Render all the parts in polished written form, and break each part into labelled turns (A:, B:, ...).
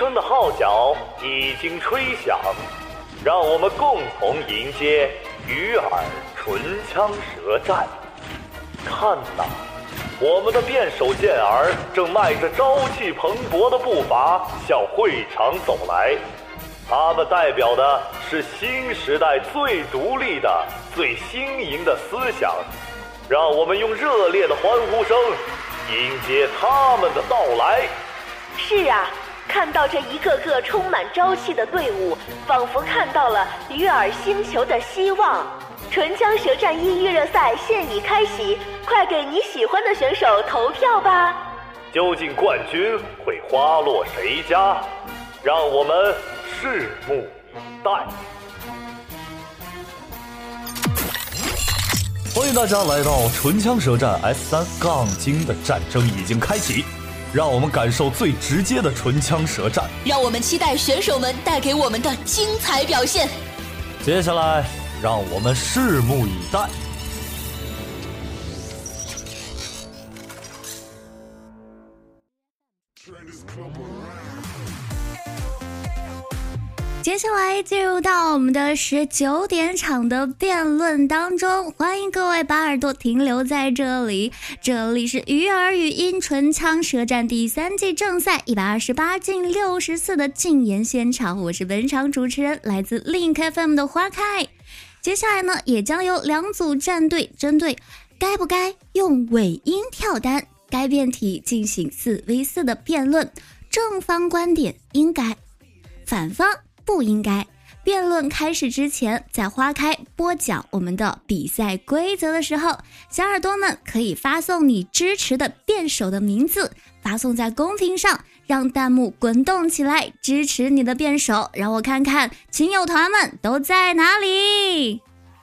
A: 声的号角已经吹响，让我们共同迎接鱼饵唇枪舌战。看呐，我们的辩手健儿正迈着朝气蓬勃的步伐向会场走来，他们代表的是新时代最独立的、最新颖的思想。让我们用热烈的欢呼声迎接他们的到来。
B: 是啊，看到这一个个充满朝气的队伍，仿佛看到了鱼饵星球的希望。唇枪舌战预热赛现已开启，快给你喜欢的选手投票吧！
A: 究竟冠军会花落谁家？让我们拭目以待。欢迎大家来到唇枪舌战 S3 杠精的战争已经开启，让我们感受最直接的唇枪舌战，
C: 让我们期待选手们带给我们的精彩表现。
A: 接下来让我们拭目以待。
D: 接下来进入到我们的19点场的辩论当中，欢迎各位把耳朵停留在这里。这里是鱼饵语音唇枪舌战第3季正赛128进64的竞演现场，我是本场主持人，来自 Link FM 的花开。接下来呢，也将由2组战队针对该不该用尾音跳单该辩题进行4v4的辩论，正方观点应该，反方不应该。辩论开始之前，在花开播讲我们的比赛规则的时候，小耳朵们可以发送你支持的辩手的名字，发送在公屏上，让弹幕滚动起来，支持你的辩手。让我看看亲友团们都在哪里。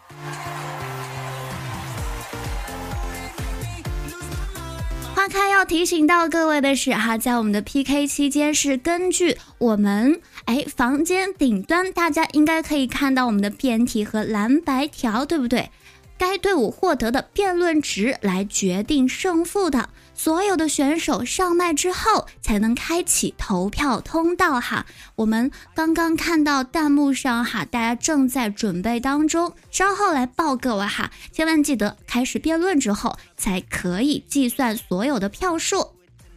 D: 花开要提醒到各位的是在我们的 PK 期间是根据我们房间顶端，大家应该可以看到我们的辩题和蓝白条，对不对？该队伍获得的辩论值来决定胜负的。所有的选手上麦之后才能开启投票通道哈。我们刚刚看到弹幕上大家正在准备当中，稍后来报各位千万记得开始辩论之后才可以计算所有的票数。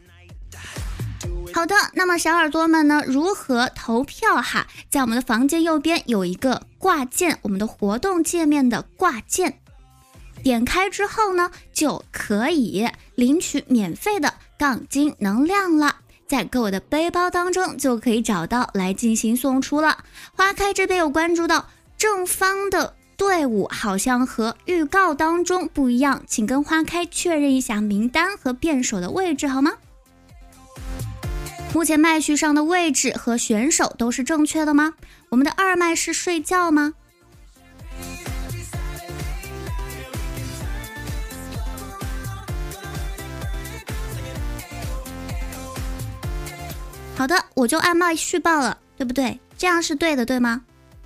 D: 好的，那么小耳朵们呢，如何投票在我们的房间右边有一个挂件，我们的活动界面的挂件，点开之后呢，就可以领取免费的杠精能量了，在各位的背包当中就可以找到来进行送出了。花开这边有关注到正方的队伍好像和预告当中不一样，请跟花开确认一下名单和辩手的位置好吗？目前麦序上的位置和选手都是正确的吗？我们的二麦是睡觉吗？好的，我就按麦续报了，对不对？这样是对的，对吗？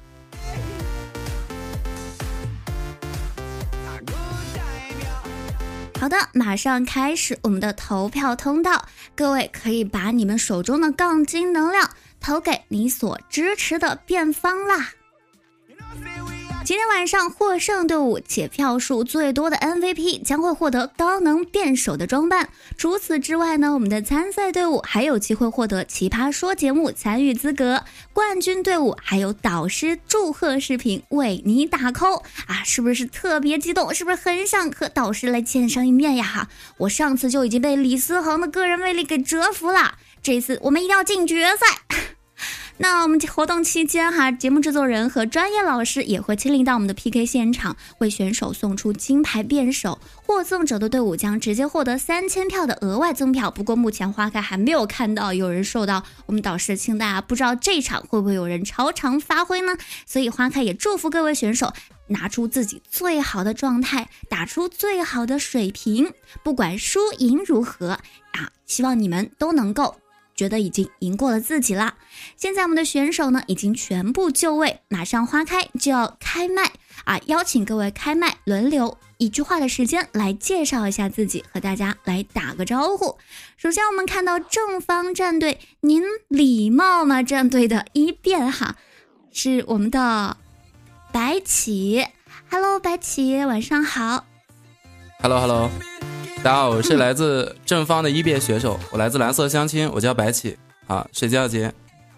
D: 好的，马上开始我们的投票通道，各位可以把你们手中的杠精能量投给你所支持的辩方啦。今天晚上获胜队伍且票数最多的 MVP 将会获得高能辩手的装扮。除此之外呢，我们的参赛队伍还有机会获得奇葩说节目参与资格，冠军队伍还有导师祝贺视频为你打 call 是不是特别激动？是不是很想和导师来见上一面呀？我上次就已经被李思恒的个人魅力给折服了，这次我们一定要进决赛。那我们活动期间节目制作人和专业老师也会亲临到我们的 PK 现场，为选手送出金牌辩手，获赠者的队伍将直接获得3000票的额外赠票。不过目前花开还没有看到有人受到我们导师的青睐不知道这场会不会有人超常发挥呢？所以花开也祝福各位选手拿出自己最好的状态，打出最好的水平，不管输赢如何希望你们都能够觉得已经赢过了自己啦。现在我们的选手呢已经全部就位，马上花开就要开麦邀请各位开麦轮流一句话的时间来介绍一下自己，和大家来打个招呼。首先我们看到正方战队，您礼貌吗战队的一辩哈，是我们的白起。 Hello 白起，晚上好。
E: Hello， 大家好，我是来自正方的一辩选手，我来自蓝色相亲，我叫白起啊，睡觉节。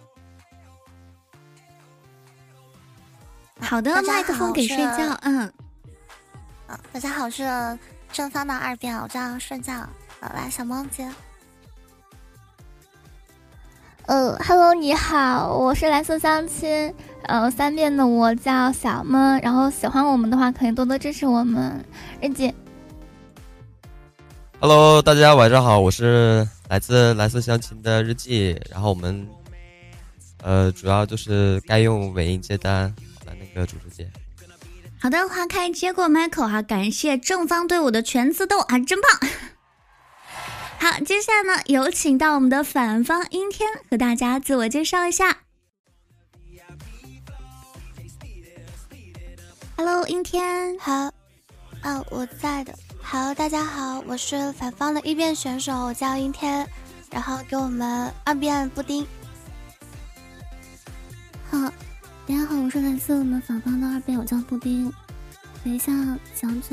D: 好的，麦克风给睡觉。
F: 大家好，我是正方的二辩，我叫睡觉。来，小梦姐。
G: Hello， 你好，我是蓝色相亲，三辩的我叫小梦，然后喜欢我们的话可以多多支持我们。日记。
H: Hello， 大家晚上好，我是来自蓝色相亲的日记，然后我们主要就是该用尾音接单的那个主持节。
D: 好的，花开接过 Michael 哈，感谢正方队伍的全自动啊，真棒。好，接下来呢，有请到我们的反方阴天和大家自我介绍一下。Hello， 阴天。
F: 好，我在的。好，大家好，我是反方的一辩选手，我叫阴天，然后给我们二辩布丁。
I: 好，大家好，我是来自我们反方的二辩，我叫布丁，等一下讲九。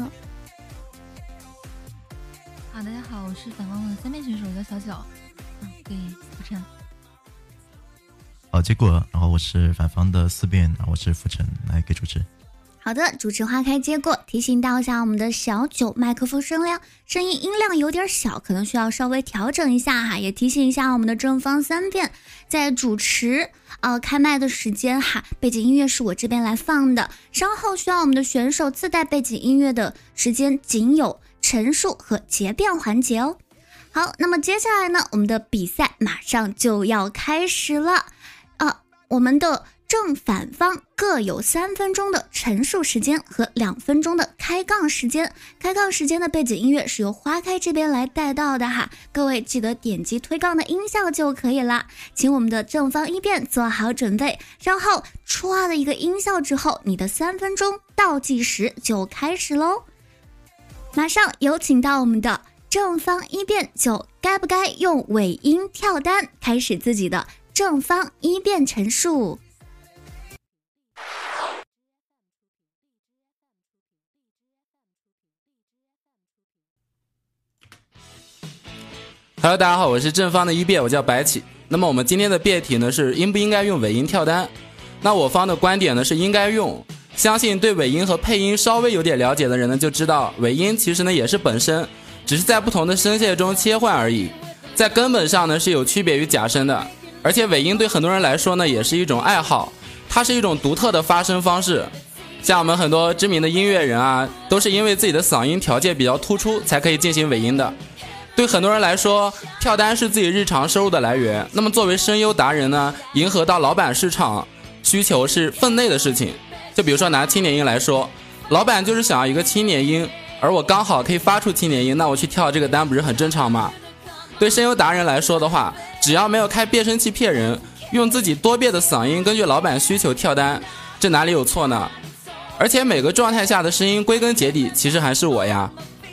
J: 好，大家好，我是反方的三辩选手，我叫小九，给浮尘。
K: 好，结果，然后我是反方的四辩，然后我是浮尘，来给主持。
D: 好的，主持花开接过，提醒到一下我们的小九麦克风声音量有点小，可能需要稍微调整一下哈，也提醒一下我们的正方三辩，在主持开麦的时间哈，背景音乐是我这边来放的，稍后需要我们的选手自带背景音乐的时间仅有陈述和结辩环节哦。好，那么接下来呢，我们的比赛马上就要开始了我们的正反方各有3分钟的陈述时间和2分钟的开杠时间。开杠时间的背景音乐是由花开这边来带到的哈，各位记得点击推杠的音效就可以了。请我们的正方一辩做好准备，然后唰的一个音效之后，你的3分钟倒计时就开始喽。马上有请到我们的正方一辩，就该不该用尾音跳单，开始自己的正方一辩陈述。
E: Hello， 大家好，我是正方的一辩，我叫白起。那么我们今天的辩题呢是应不应该用尾音跳单？那我方的观点呢是应该用。相信对尾音和配音稍微有点了解的人呢就知道，尾音其实呢也是本声，只是在不同的声线中切换而已，在根本上呢是有区别于假声的。而且尾音对很多人来说呢也是一种爱好，它是一种独特的发声方式。像我们很多知名的音乐人啊，都是因为自己的嗓音条件比较突出才可以进行尾音的。对很多人来说，跳单是自己日常收入的来源，那么作为声优达人呢，迎合到老板市场需求是分内的事情。就比如说拿青年音来说，老板就是想要一个青年音，而我刚好可以发出青年音，那我去跳这个单不是很正常吗？对声优达人来说的话，只要没有开变声器骗人，用自己多变的嗓音根据老板需求跳单，这哪里有错呢？而且每个状态下的声音归根结底其实还是我呀。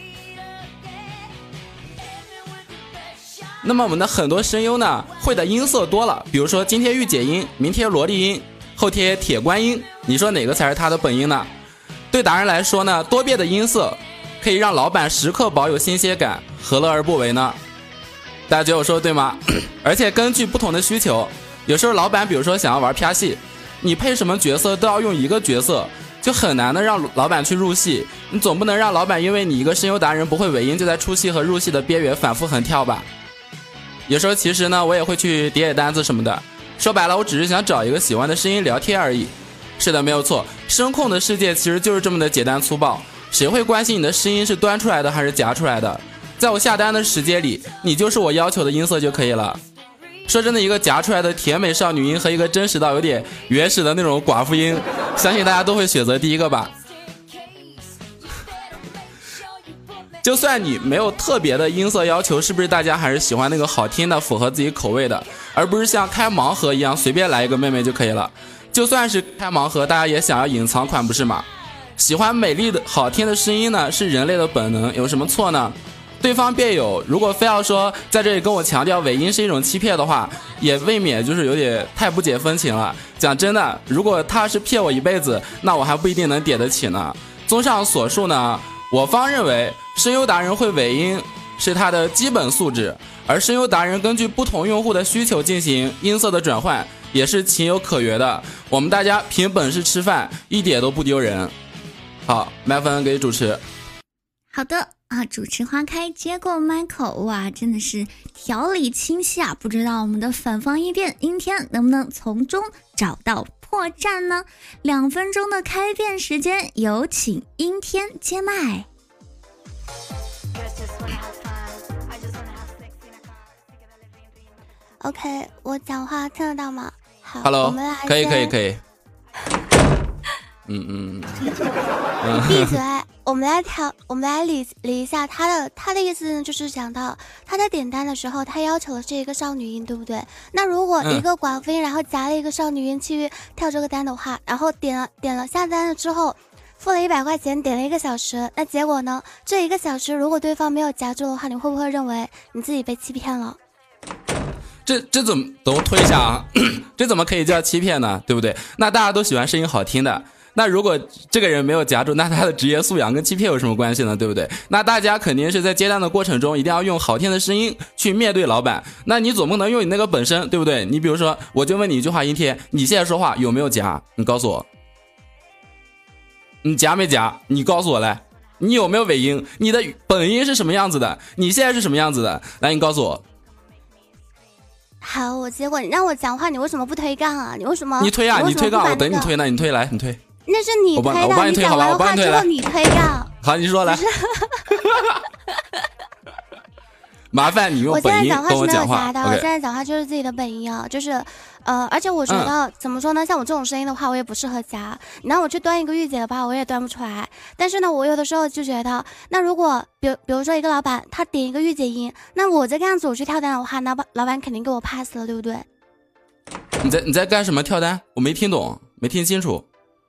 E: 那么我们的很多声优呢，会的音色多了，比如说今天御姐音，明天萝莉音，后天铁观音，你说哪个才是他的本音呢？对达人来说呢，多变的音色可以让老板时刻保有新鲜感，何乐而不为呢？大家觉得我说的对吗？而且根据不同的需求，有时候老板比如说想要玩啪戏，你配什么角色都要用一个角色，就很难的让老板去入戏，你总不能让老板因为你一个声优达人不会尾音，就在出戏和入戏的边缘反复横跳吧。有时候其实呢，我也会去叠单子什么的，说白了我只是想找一个喜欢的声音聊天而已。是的，没有错，声控的世界其实就是这么的简单粗暴，谁会关心你的声音是端出来的还是夹出来的？在我下单的时间里，你就是我要求的音色就可以了。说真的，一个夹出来的甜美少女音和一个真实到有点原始的那种寡妇音，相信大家都会选择第一个吧。就算你没有特别的音色要求，是不是大家还是喜欢那个好听的符合自己口味的，而不是像开盲盒一样随便来一个妹妹就可以了？就算是开盲盒，大家也想要隐藏款不是吗？ 喜欢美丽的好听的声音呢，是人类的本能，有什么错呢？对方辩友如果非要说在这里跟我强调尾音是一种欺骗的话，也未免就是有点太不解风情了。讲真的，如果他是骗我一辈子，那我还不一定能点得起呢。综上所述呢，我方认为声优达人会尾音是他的基本素质，而声优达人根据不同用户的需求进行音色的转换，也是情有可原的。我们大家凭本事吃饭，一点都不丢人。好，麦分给主持。
D: 好的啊，主持花开接过 Michael， 哇，真的是条理清晰啊！不知道我们的反方一辩阴天能不能从中找到破绽呢？2分钟的开辩时间，有请阴天接麦。
F: OK， 我讲话听得到吗？好
E: ，Hello，
F: 我们来
E: 可以。
F: 闭嘴！我们来理一下他的意思呢，就是讲到他在点单的时候，他要求的是一个少女音，对不对？那如果一个广飞，然后夹了一个少女音去跳这个单的话，然后点了下单了之后，付了100块钱，点了1个小时，那结果呢？这1个小时如果对方没有夹住的话，你会不会认为你自己被欺骗了？
E: 这怎么等我推一下啊？这怎么可以叫欺骗呢？对不对？那大家都喜欢声音好听的。那如果这个人没有夹住，那他的职业素养跟欺骗有什么关系呢？对不对？那大家肯定是在接单的过程中一定要用好听的声音去面对老板。那你总不能用你那个本身，对不对？你比如说，我就问你一句话，阴天，你现在说话有没有夹？你告诉我，你夹没夹？你告诉我来，你有没有尾音？你的本音是什么样子的？你现在是什么样子的？来，你告诉我。
F: 好，结果你让我讲话，你为什么不推杠啊？你为什么？
E: 你推啊！你推杠，我等你推呢。你推来，你推。
F: 那是你推的，
E: 我帮你推好吧？我帮你推来。
F: 你推杠。
E: 好，你说来。麻烦你用本音跟我讲话。
F: 我现在讲话就是自己的本音啊，就是而且我觉得怎么说呢？像我这种声音的话，我也不适合夹。你让我去端一个御姐的吧，我也端不出来。但是呢，我有的时候就觉得，那如果比如说一个老板他点一个御姐音，那我这个样子我去跳单的话，那老板肯定给我 pass 了，对不对？
E: 你在干什么跳单？我没听懂，没听清楚。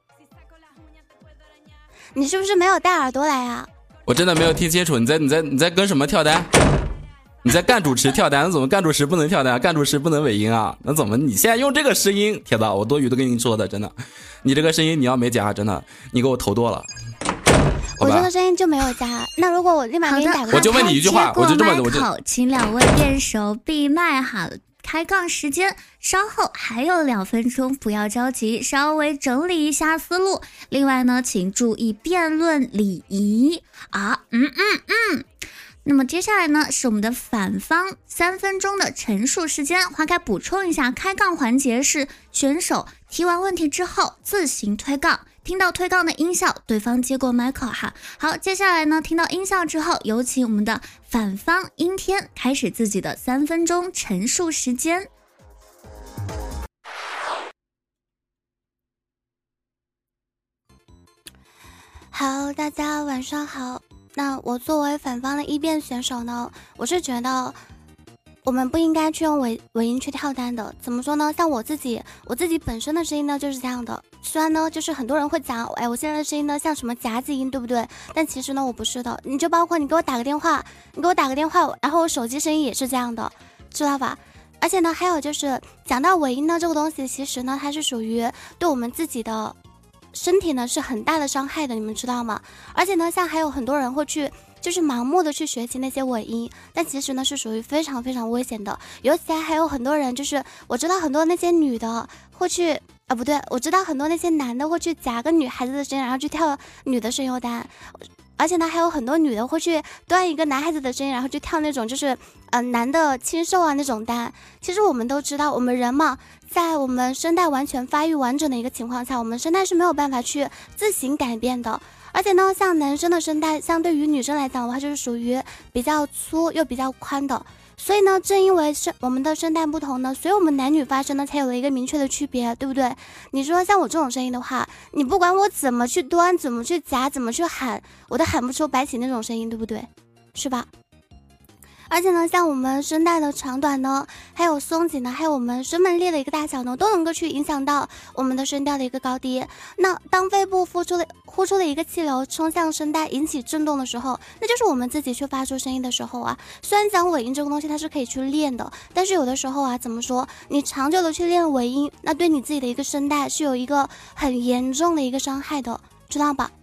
F: 你是不是没有带耳朵来啊？
E: 我真的没有听清楚，你在跟什么跳单？你在干主持跳单？怎么干主持不能跳单？干主持不能尾音啊？那怎么你现在用这个声音？天哪，我多余都跟你说的，真的，你这个声音你要没夹，真的，你给我投剁了。
F: 我这个声音就没有夹，那如果我立马给你打个，
E: 我就问你一句话，我就这么我就
D: 请2位辩手闭麦哈。开杠时间稍后还有2分钟，不要着急，稍微整理一下思路。另外呢，请注意辩论礼仪啊，那么接下来呢，是我们的反方3分钟的陈述时间。花开补充一下，开杠环节是选手提完问题之后自行推杠，听到推杠的音效，对方接过麦克哈。好，接下来呢，听到音效之后，有请我们的反方阴天开始自己的3分钟陈述时间。
F: 好，大家晚上好。那我作为反方的一辩选手呢，我是觉得我们不应该去用尾音去跳单的。怎么说呢？像我自己本身的声音呢就是这样的。虽然呢，就是很多人会讲，哎，我现在的声音呢像什么夹子音，对不对？但其实呢，我不是的。你就包括你给我打个电话，然后我手机声音也是这样的，知道吧？而且呢，还有就是讲到尾音呢这个东西，其实呢它是属于对我们自己的身体呢是很大的伤害的，你们知道吗？而且呢，像还有很多人会去就是盲目的去学习那些尾音，但其实呢是属于非常非常危险的。尤其还有很多人，就是我知道很多那些女的会去不对，我知道很多那些男的会去夹个女孩子的声音，然后去跳女的声优单。而且呢，还有很多女的会去端一个男孩子的声音，然后去跳那种就是男的清瘦啊那种单。其实我们都知道，我们人嘛，在我们声带完全发育完整的一个情况下，我们声带是没有办法去自行改变的。而且呢，像男生的声带相对于女生来讲的话，就是属于比较粗又比较宽的。所以呢，正因为我们的声带不同呢，所以我们男女发声呢才有了一个明确的区别，对不对？你说像我这种声音的话，你不管我怎么去端，怎么去夹，怎么去喊，我都喊不出白起那种声音，对不对？是吧？ 而且呢，像我们声带的长短呢，还有松紧呢，还有我们声门裂的一个大小呢，都能够去影响到我们的声调的一个高低。那当肺部呼出的一个气流冲向声带，引起震动的时候，那就是我们自己去发出声音的时候啊。虽然讲尾音这个东西它是可以去练的，但是有的时候啊，怎么说，你长久的去练尾音，那对你自己的一个声带是有一个很严重的一个伤害的，知道吧？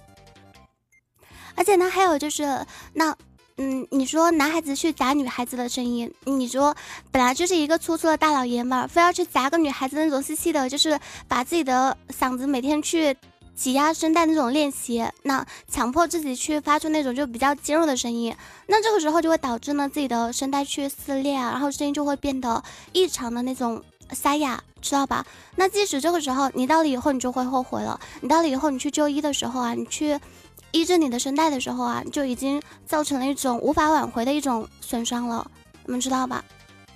F: 而且呢，还有就是你说男孩子去夹女孩子的声音，你说本来就是一个粗粗的大老爷们儿，非要去夹个女孩子那种细细的，就是把自己的嗓子每天去挤压声带那种练习，那强迫自己去发出那种就比较尖锐的声音，那这个时候就会导致呢自己的声带去撕裂啊，然后声音就会变得异常的那种沙哑，知道吧？那即使这个时候你到了以后你就会后悔了，你到了以后你去就医的时候啊，你去医治你的声带的时候啊，就已经造成了一种无法挽回的一种损伤了，你们知道吧？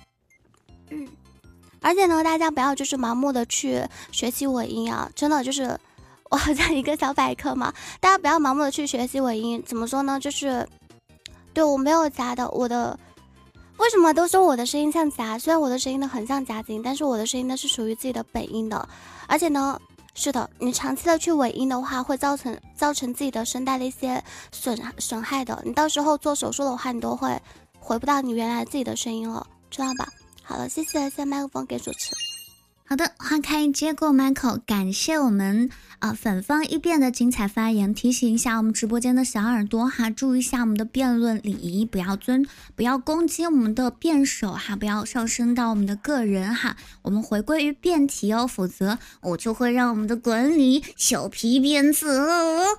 F: 而且呢，大家不要就是盲目的去学习尾音啊，真的就是我好像一个小百科嘛，大家不要盲目的去学习尾音。怎么说呢？就是对我没有夹的，为什么都说我的声音像夹？虽然我的声音呢很像夹紧，但是我的声音呢是属于自己的本音的，而且呢。是的，你长期的去尾音的话，会造成自己的声带的一些损害的。你到时候做手术的话，你都会回不到你原来自己的声音了，知道吧？好了，谢谢麦克风给主持。
D: 好的，花开接过麦口，感谢我们粉方一辩的精彩发言。提醒一下我们直播间的小耳朵哈，注意一下我们的辩论礼仪，不要攻击我们的辩手哈，不要上升到我们的个人哈。我们回归于辩题哦，否则我就会让我们的管理小皮鞭子哦。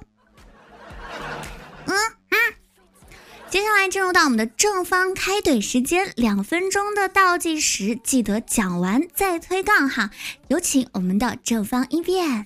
D: 接下来进入到我们的正方开怼时间，2分钟的倒计时，记得讲完再推杠哈。有请我们的正方一辩。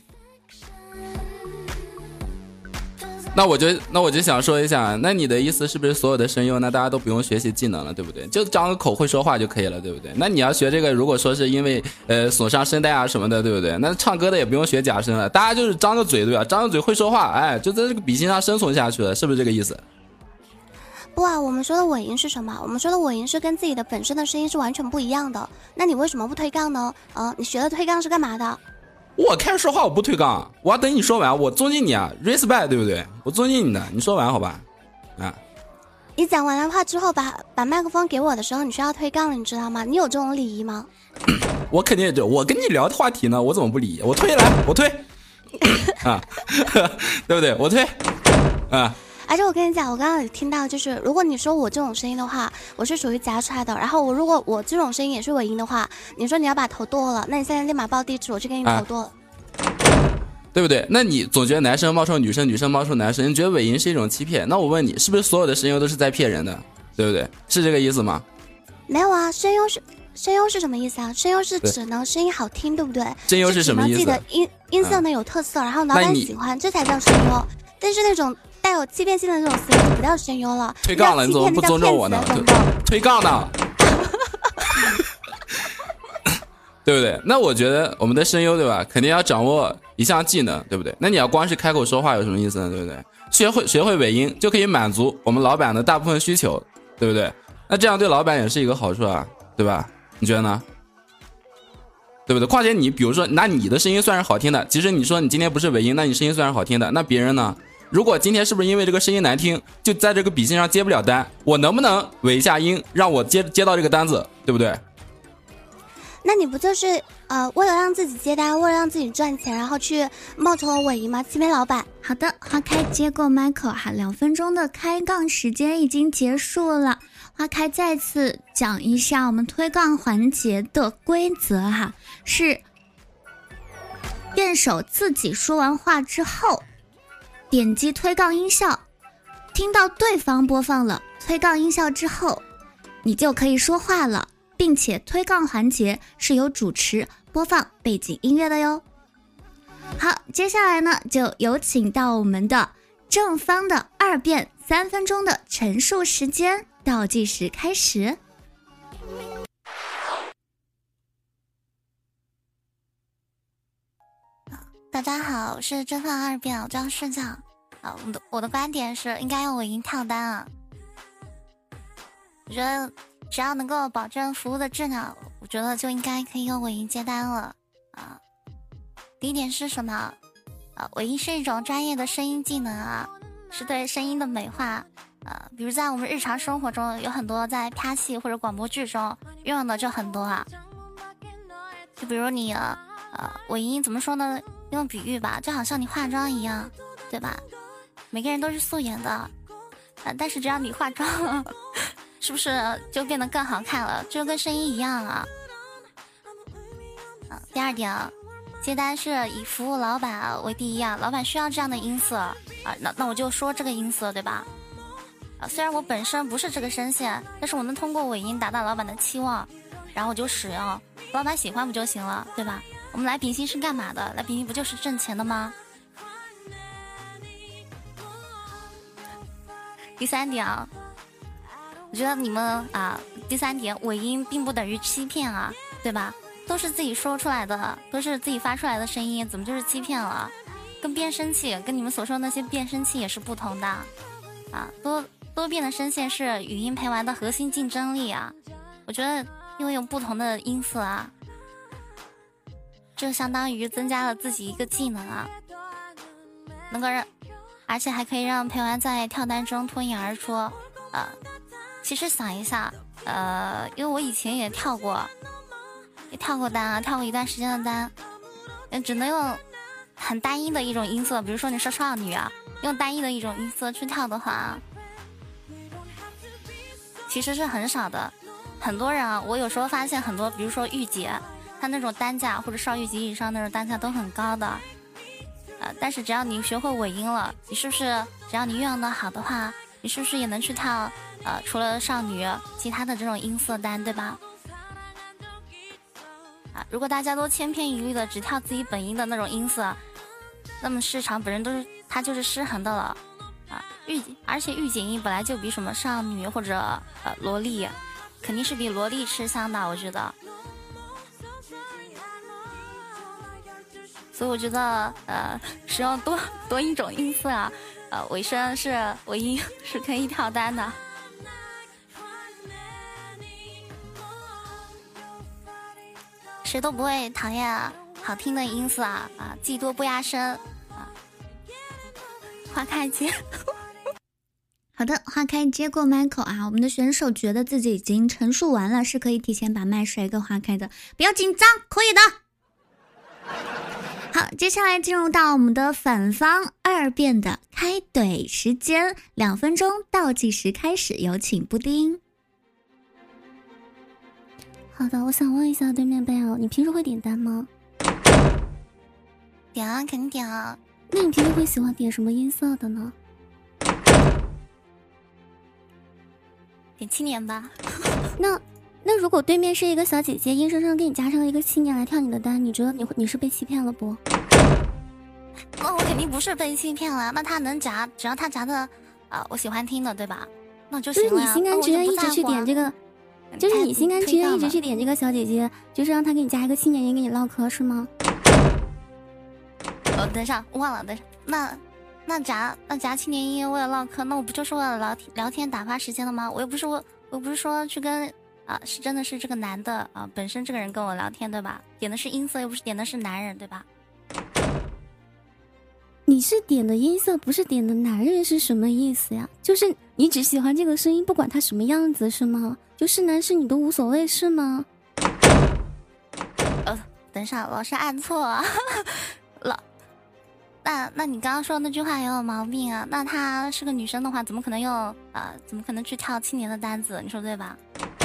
E: 那我就想说一下，那你的意思是不是所有的声优那大家都不用学习技能了，对不对？就张个口会说话就可以了，对不对？那你要学这个，如果说是因为损伤声带啊什么的，对不对？那唱歌的也不用学假声了，大家就是张个嘴，对吧？张个嘴会说话，哎，就在这个比心上生存下去了，是不是这个意思？
F: 不啊，我们说的尾音是什么？我们说的尾音是跟自己的本身的声音是完全不一样的。那你为什么不推杠呢？你学了推杠是干嘛的？
E: 我开始说话我不推杠，我要等你说完，我尊敬你啊 ，respect， 对不对？我尊敬你的，你说完好吧？啊，
F: 你讲完了话之后，把麦克风给我的时候，你需要推杠了，你知道吗？你有这种礼仪吗？
E: 我肯定我跟你聊话题呢，我怎么不理？我推来，我推啊，对不对？我推啊。
F: 而且我跟你讲，我刚刚有听到，就是如果你说我这种声音的话，我是属于夹出来的。然后如果我这种声音也是尾音的话，你说你要把头剁了，那你现在立马报地址，我去给你头剁了，
E: 对不对？那你总觉得男生冒充女生，女生冒充男生，你觉得尾音是一种欺骗？那我问你，是不是所有的声优都是在骗人的？对不对？是这个意思吗？
F: 没有啊，声优是什么意思啊？声优是指呢声音好听，对不对？
E: 声优是什么意思？
F: 自己的音色呢有特色，然后老板喜欢，这才叫声优。但是那种带有欺骗性的那种词就不叫声优了。
E: 推杠了，你怎么不尊重我呢？推杠呢？对不对？那我觉得我们的声优对吧，肯定要掌握一项技能，对不对？那你要光是开口说话有什么意思呢？对不对？学会尾音就可以满足我们老板的大部分需求，对不对？那这样对老板也是一个好处啊，对吧？你觉得呢？对不对？况且你比如说拿你的声音算是好听的，其实你说你今天不是尾音，那你声音算是好听的，那别人呢？如果今天是不是因为这个声音难听，就在这个比心上接不了单，我能不能尾一下音，让我接到这个单子，对不对？
F: 那你不就是为了让自己接单，为了让自己赚钱，然后去冒充了尾音吗？欺骗老板。
D: 好的，花开接过 Michael 哈，2分钟的开杠时间已经结束了。花开再次讲一下我们推杠环节的规则哈，是辩手自己说完话之后，点击推杠音效，听到对方播放了推杠音效之后，你就可以说话了，并且推杠环节是由主持播放背景音乐的哟。好，接下来呢，就有请到我们的正方的2辩3分钟的陈述时间，倒计时开始。
I: 大家好，我是正方2辩，我叫市长。我的观点是应该用尾音跳单啊。
F: 我觉得只要能够保证服务的质量，我觉得就应该可以用尾音接单了啊。第一点是什么？尾音是一种专业的声音技能啊，是对声音的美化。比如在我们日常生活中，有很多在拍戏或者广播剧中用的就很多啊。就比如你尾音怎么说呢？用比喻吧，就好像你化妆一样，对吧？每个人都是素颜的，但是只要你化妆，是不是就变得更好看了？就跟声音一样啊。第二点啊，接单是以服务老板为第一啊，老板需要这样的音色啊，那我就说这个音色，对吧？虽然我本身不是这个声线，但是我能通过尾音达到老板的期望，然后我就使用，老板喜欢不就行了，对吧？我们来比心是干嘛的？来比心不就是挣钱的吗？第三点啊，我觉得你们第三点尾音并不等于欺骗啊，对吧？都是自己说出来的，都是自己发出来的声音，怎么就是欺骗了？跟变声器，跟你们所说的那些变声器也是不同的啊。多变的声线是语音陪玩的核心竞争力啊。我觉得因为有不同的音色啊，这相当于增加了自己一个技能啊，能够而且还可以让陪玩在跳单中脱颖而出。其实想一下，因为我以前也跳过单啊，跳过一段时间的单，只能用很单一的一种音色，比如说你是少女啊，用单一的一种音色去跳的话，其实是很少的。很多人啊，我有时候发现很多，比如说御姐，她那种单价或者少御级以上那种单价都很高的，但是只要你学会尾音了，你是不是只要你运用的好的话，你是不是也能去跳除了少女其他的这种音色单，对吧？如果大家都千篇一律的只跳自己本音的那种音色，那么市场本身它就是失衡的了啊。而且御姐音本来就比什么少女或者萝莉，肯定是比萝莉吃香的，我觉得。所以我觉得使用多一种音色啊，尾声是尾音是可以跳单的。谁都不会讨厌好听的音色啊，技多不压身啊。花开接，
D: 好的，花开接过麦口啊。我们的选手觉得自己已经陈述完了，是可以提前把麦甩给花开的，不要紧张，可以的。好，接下来进入到我们的反方二辩的开怼时间，2分钟倒计时开始，有请布丁。
I: 好的，我想问一下对面贝尔，你平时会点单吗？
F: 点啊，肯定点啊。
I: 那你平时会喜欢点什么音色的呢？
F: 点7年吧。
I: 那如果对面是一个小姐姐，硬生生给你加上了一个7年来跳你的单，你觉得你是被欺骗了不？
F: 我肯定不是被欺骗了。那他能夹，只要他夹的我喜欢听的，对吧？那就行了。
I: 就是你心甘情愿一直去点这个。就是你心甘情愿一直去点这个小姐姐，就是让她给你加一个7年音给你唠嗑是吗？
F: 等一下，忘了，等一下，那夹7年音为了唠嗑，那我不就是为了聊天打发时间的吗？我又不是说去跟是真的是这个男的本身这个人跟我聊天，对吧？点的是音色，又不是点的是男人，对吧？
I: 你是点的音色，不是点的男人是什么意思呀？就是你只喜欢这个声音，不管他什么样子是吗？就是男是女都无所谓是吗？
F: 等一下，老师按错了。那你刚刚说的那句话也有毛病啊。那她是个女生的话，怎么可能去跳7年的单子？你说对吧？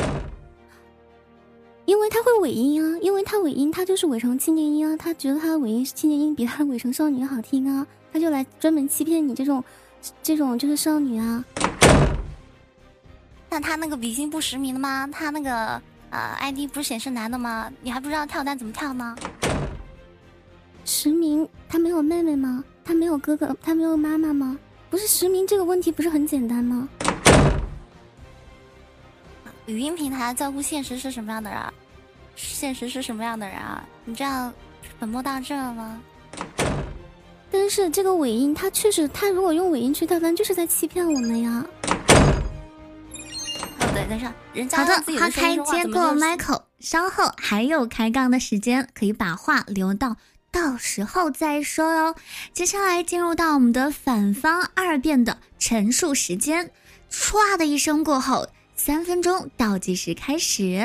I: 因为她会尾音啊，因为她尾音，她就是尾成7年音啊，她觉得她的尾音是7年音比她尾成少女好听啊，她就来专门欺骗你这种就是少女啊。
F: 那他那个比心不实名的吗？他那个ID 不是显示男的吗？你还不知道跳单怎么跳吗？
I: 实名，他没有妹妹吗？他没有哥哥，他没有妈妈吗？不是实名这个问题不是很简单吗？
F: 语音平台在乎现实是什么样的人？现实是什么样的人啊？你这样本末倒置了吗？
I: 但是这个尾音，他如果用尾音去跳单，就是在欺骗我们呀。
F: 等
L: 对？但是人家
D: 好的，
L: 自己
D: 花开接过
L: Michael，
D: 稍后还有开杠的时间，可以把话留到时候再说哟。接下来进入到我们的反方二辩的陈述时间，唰的一声过后，3分钟倒计时开始。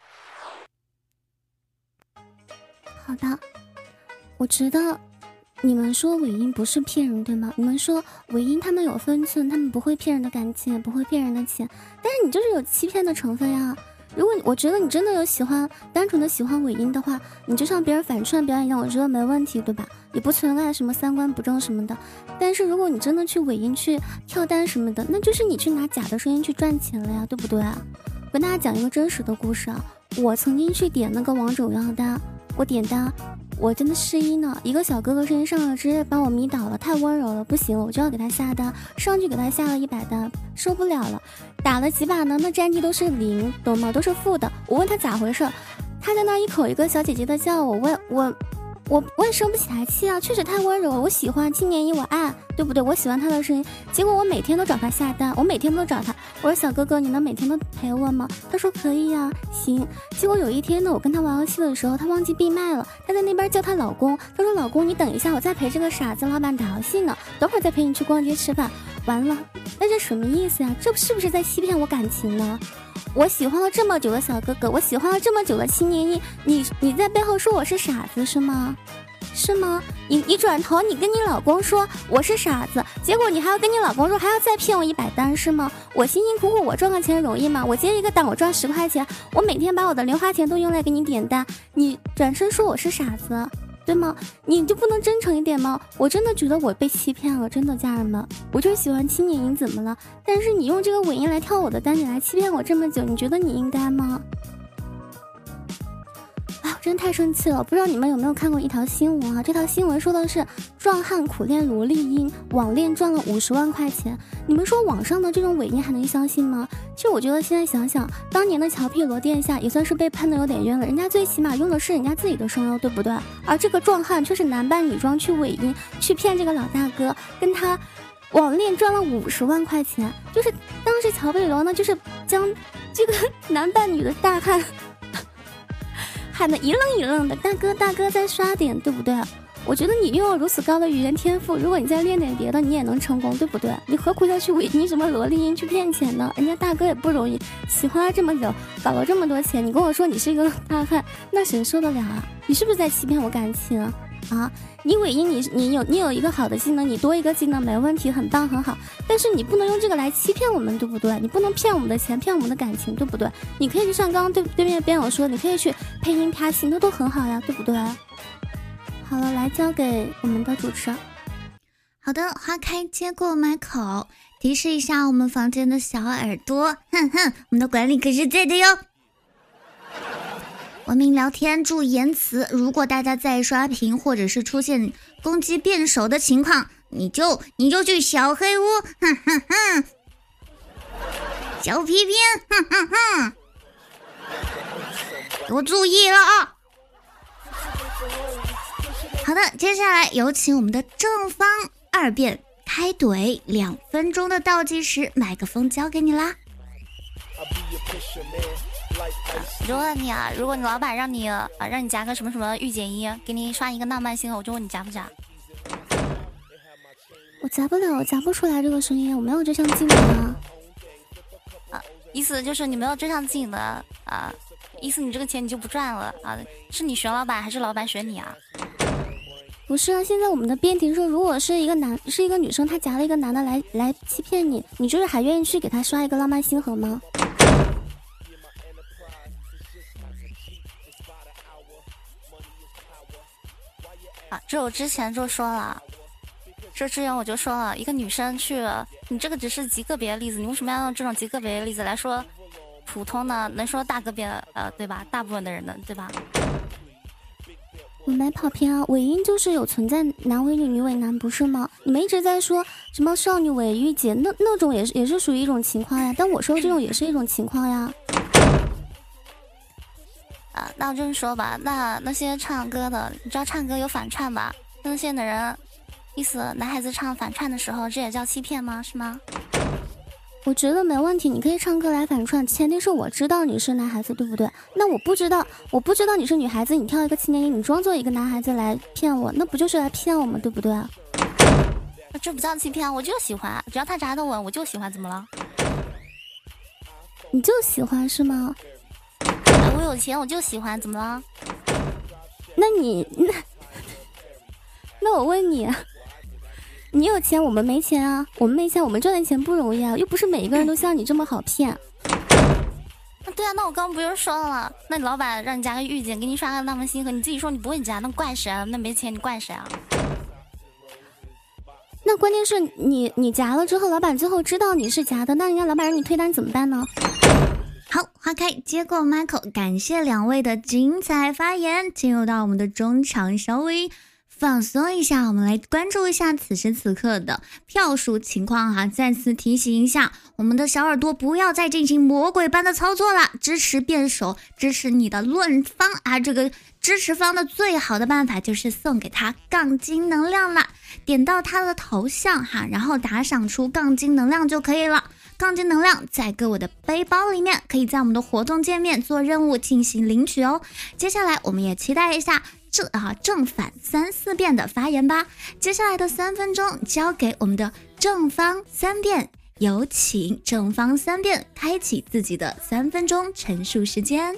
I: 好的，我觉得你们说尾音不是骗人，对吗？你们说尾音他们有分寸，他们不会骗人的感情，也不会骗人的钱，但是你就是有欺骗的成分呀。如果我觉得你真的有单纯的喜欢尾音的话，你就像别人反串表演一样，我觉得没问题，对吧？也不存在什么三观不正什么的。但是如果你真的去尾音去跳单什么的，那就是你去拿假的声音去赚钱了呀，对不对？我跟大家讲一个真实的故事啊，我曾经去点那个王者荣耀单，我点单，我真的失忆呢，一个小哥哥声音上了，直接把我迷倒了，太温柔了，不行了，我就要给他下单，上去给他下了100单，受不了了，打了几把呢，那战绩都是0，懂吗？都是负的。我问他咋回事，他在那一口一个小姐姐的叫我也生不起来气啊，确实太温柔了，我喜欢7年1我爱，对不对？我喜欢他的声音，结果我每天都找他下单，我每天都找他，我说小哥哥，你能每天都陪我吗？他说可以呀，行。结果有一天呢，我跟他玩游戏的时候，他忘记闭麦了，他在那边叫她老公，他说老公你等一下，我在陪这个傻子老板打游戏呢，等会儿再陪你去逛街吃饭。完了，那这什么意思呀？这是不是在欺骗我感情呢？我喜欢了这么久的小哥哥，我喜欢了这么久的7年1，你在背后说我是傻子是吗？是吗？你转头你跟你老公说我是傻子，结果你还要跟你老公说还要再骗我100单是吗？我辛辛苦苦我赚个钱容易吗？我接一个档我赚10块钱，我每天把我的零花钱都用来给你点单，你转身说我是傻子，对吗？你就不能真诚一点吗？我真的觉得我被欺骗了，真的家人们，我就是喜欢7年1怎么了？但是你用这个尾音来跳我的单，你来欺骗我这么久，你觉得你应该吗？啊，真太生气了！不知道你们有没有看过一条新闻啊？这条新闻说的是壮汉苦练萝莉音，网恋赚了50万块钱。你们说网上的这种尾音还能相信吗？其实我觉得现在想想，当年的乔碧罗殿下也算是被喷的有点冤了，人家最起码用的是人家自己的声优，对不对？而这个壮汉却是男扮女装去尾音，去骗这个老大哥，跟他网恋赚了50万块钱。就是当时乔碧罗呢，就是将这个男扮女的大汉喊得一愣一愣的，大哥大哥再刷点，对不对？我觉得你拥有如此高的语言天赋，如果你再练点别的，你也能成功，对不对？你何苦要去尾音什么萝莉音去骗钱呢？人家大哥也不容易，喜欢了这么久，搞了这么多钱，你跟我说你是一个大汉，那谁受得了啊？你是不是在欺骗我感情啊？你尾音你有一个好的技能，你多一个技能没问题，很棒很好，但是你不能用这个来欺骗我们，对不对？你不能骗我们的钱，骗我们的感情，对不对？你可以就像刚刚对面边我说，你可以去配音啪戏，那都很好呀，对不对？好了，来交给我们的主持。
D: 好的，花开接过麦口，提示一下我们房间的小耳朵，哼哼，我们的管理可是在的哟。文明聊天，注意言辞。如果大家在刷屏或者是出现攻击变手的情况，你就去小黑屋，哼哼哼，小皮鞭，哼哼哼，给我注意了啊！好的，接下来有请我们的正方二辩开怼，2分钟的倒计时，麦克风交给你啦。
L: 如果你老板让你加个什么什么御姐音，给你刷一个浪漫星河，我就问你加不加？
I: 我加不了，加不出来这个声音，我没有这项技能啊。
L: 意思就是你没有这项技能啊，意思你这个钱你就不赚了啊？是你选老板还是老板选你啊？
I: 不是啊，现在我们的辩题是，如果是一个女生，她夹了一个男的来欺骗你，你就是还愿意去给他刷一个浪漫星河吗？
L: 这我之前就说了，这之前我就说了，一个女生去，你这个只是极个别的例子，你为什么要用这种极个别的例子来说普通的，能说大个别对吧？大部分的人的，对吧？
I: 我没跑偏啊，尾音就是有存在男为女，女为男，不是吗？你们一直在说什么少女为御姐，那种也是属于一种情况呀，但我说这种也是一种情况呀。
L: 那我这么说吧，那些唱歌的，你知道唱歌有反串吧？那些的人，意思男孩子唱反串的时候，这也叫欺骗吗？是吗？
I: 我觉得没问题，你可以唱歌来反串，前提是我知道你是男孩子，对不对？那我不知道你是女孩子，你跳一个7年级，你装作一个男孩子来骗我，那不就是来骗我们，对不对？
L: 这不叫欺骗，我就喜欢，只要他扎得稳，我就喜欢，怎么了？
I: 你就喜欢是吗？
L: 我有钱我就喜欢，怎么了？
I: 那我问你，你有钱我们没钱啊，我们没钱，我们赚的钱不容易啊，又不是每一个人都像你这么好骗。
L: 对啊，那我刚不是说了，那你老板让你加个御姐，给你刷个浪漫星河，你自己说你不会加，那怪谁啊？那没钱你怪谁啊？
I: 那关键是你夹了之后，老板最后知道你是夹的，那人家老板让你退单怎么办呢？
D: 好，花开接过 Michael， 感谢两位的精彩发言。进入到我们的中场，稍微放松一下，我们来关注一下此时此刻的票数情况哈。再次提醒一下，我们的小耳朵不要再进行魔鬼般的操作了，支持辩手，支持你的论方啊！这个支持方的最好的办法就是送给他杠精能量啦，点到他的头像哈，然后打赏出杠精能量就可以了。杠精能量在各位的背包里面，可以在我们的活动界面做任务进行领取哦。接下来我们也期待一下正反3、4辩的发言吧。接下来的3分钟交给我们的正方3辩，有请正方3辩开启自己的3分钟陈述时间。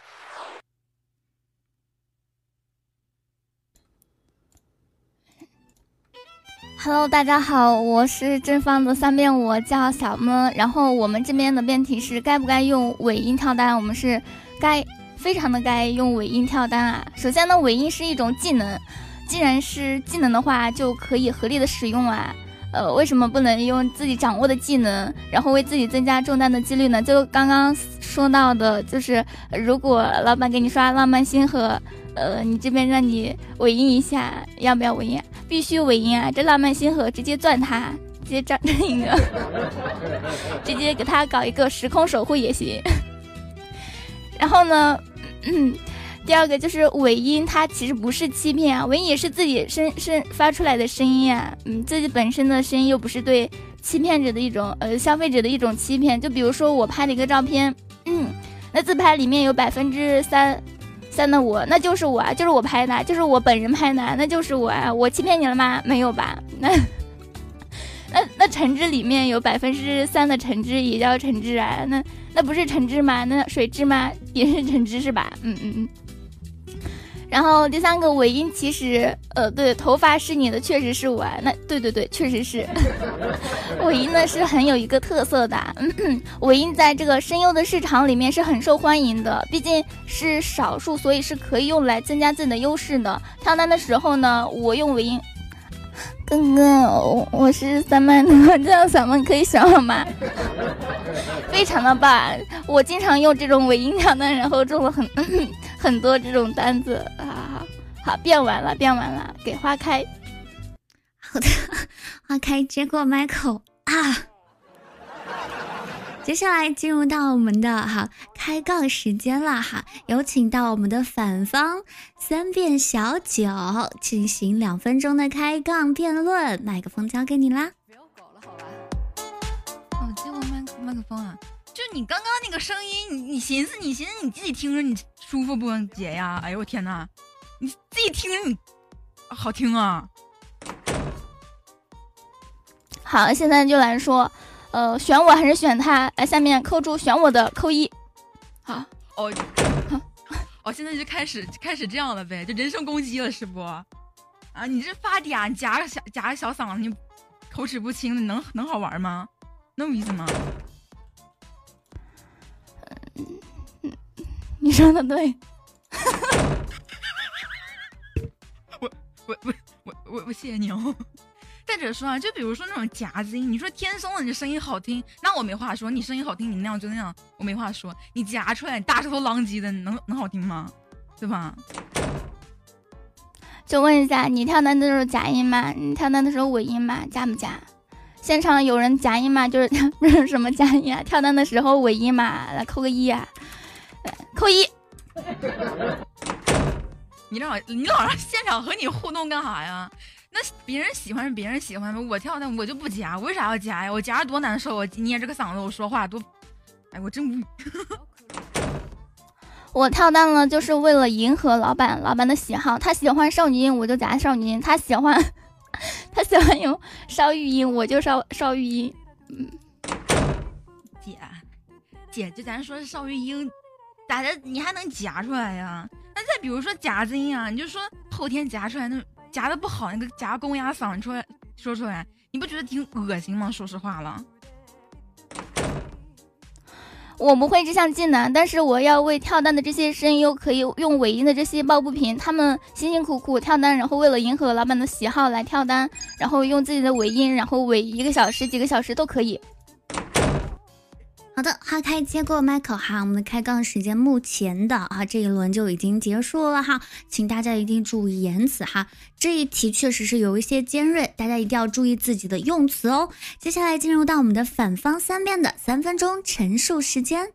G: Hello， 大家好，我是正方的3辩，我叫小么。然后我们这边的辩题是该不该用尾音跳单，我们是非常的该用尾音跳单啊。首先呢，尾音是一种技能，既然是技能的话，就可以合理的使用啊。为什么不能用自己掌握的技能，然后为自己增加中单的几率呢？就刚刚说到的，就是如果老板给你刷浪漫星河，你这边让你尾音一下，要不要尾音？必须尾音啊！这浪漫星河直接钻他，直接站一个，直接给他搞一个时空守护也行。然后呢，第二个就是尾音，它其实不是欺骗啊，尾音也是自己发出来的声音啊，自己本身的声音又不是对欺骗者的一种消费者的一种欺骗。就比如说我拍了一个照片，那自拍里面有3%的我，那就是我啊，就是我拍的，就是我本人拍的，那就是我啊，我欺骗你了吗？没有吧？那橙汁里面有3%的橙汁也叫橙汁啊，那不是橙汁吗？那水汁吗？也是橙汁是吧？然后第3个尾音，其实对，头发是你的，确实是我啊，那对，确实是。尾音呢是很有一个特色的，尾音在这个声优的市场里面是很受欢迎的，毕竟是少数，所以是可以用来增加自己的优势的。跳单的时候呢，我用尾音，哥哥，我是3曼的，这样小曼可以选我吗？非常的棒，我经常用这种尾音跳单，然后中了很多这种单子啊。好，变完了，给花开。
D: 好的，花开接过 Michael 啊。接下来进入到我们的开杠时间了哈，有请到我们的反方3辩小九进行2分钟的开杠辩论，麦克风交给你啦。
J: 不要搞了好吧？接过麦克风啊，就你刚刚那个声音，你寻思你自己听着你舒服不姐呀？哎呦我天哪，你自己听着你好听啊。
G: 好，现在就来说选我还是选他？来，下面扣住选我的扣1。好，
J: 现在就开始这样了呗，就人身攻击了是不？啊，你这发嗲，你夹个小嗓子，你口齿不清，能好玩吗？能有意思吗？
G: 你说的对。
J: 我谢谢你哦。再者说啊，就比如说那种夹子音，你说天松的你声音好听，那我没话说，你声音好听，你那样就那样，我没话说。你夹出来，你大舌头狼藉的，能好听吗？对吧？
G: 就问一下，你跳单的时候夹音吗？你跳单的时候尾音吗？夹不夹？现场有人夹音吗？就是不是什么夹音啊？跳单的时候尾音嘛？来扣个1啊！扣1。
J: 你老让现场和你互动干啥呀？ 那别人喜欢是别人喜欢吗？我跳但我就不夹，我为啥要夹呀？我夹着多难受，我捏着个嗓子我说话多，哎，我真无语。
G: 我跳单了就是为了迎合老板的喜好，他喜欢少女音我就夹少女音，他喜欢用少语音我就少语音。
J: 姐，就咱说少语音，咋的你还能夹出来呀？那再比如说夹子音啊，你就说后天夹出来那夹的不好，那个夹公鸭嗓说出来，你不觉得挺恶心吗？说实话了。
G: 我不会这项技能，但是我要为跳单的这些声优可以用尾音的这些抱不平，他们辛辛苦苦跳单，然后为了迎合老板的喜好来跳单，然后用自己的尾音，然后尾1个小时、几个小时都可以。
D: 好的，花开接过麦克哈，我们的开杠时间目前的这一轮就已经结束了哈，请大家一定注意言辞哈，这一题确实是有一些尖锐，大家一定要注意自己的用词哦。接下来进入到我们的反方三辩的3分钟陈述时间。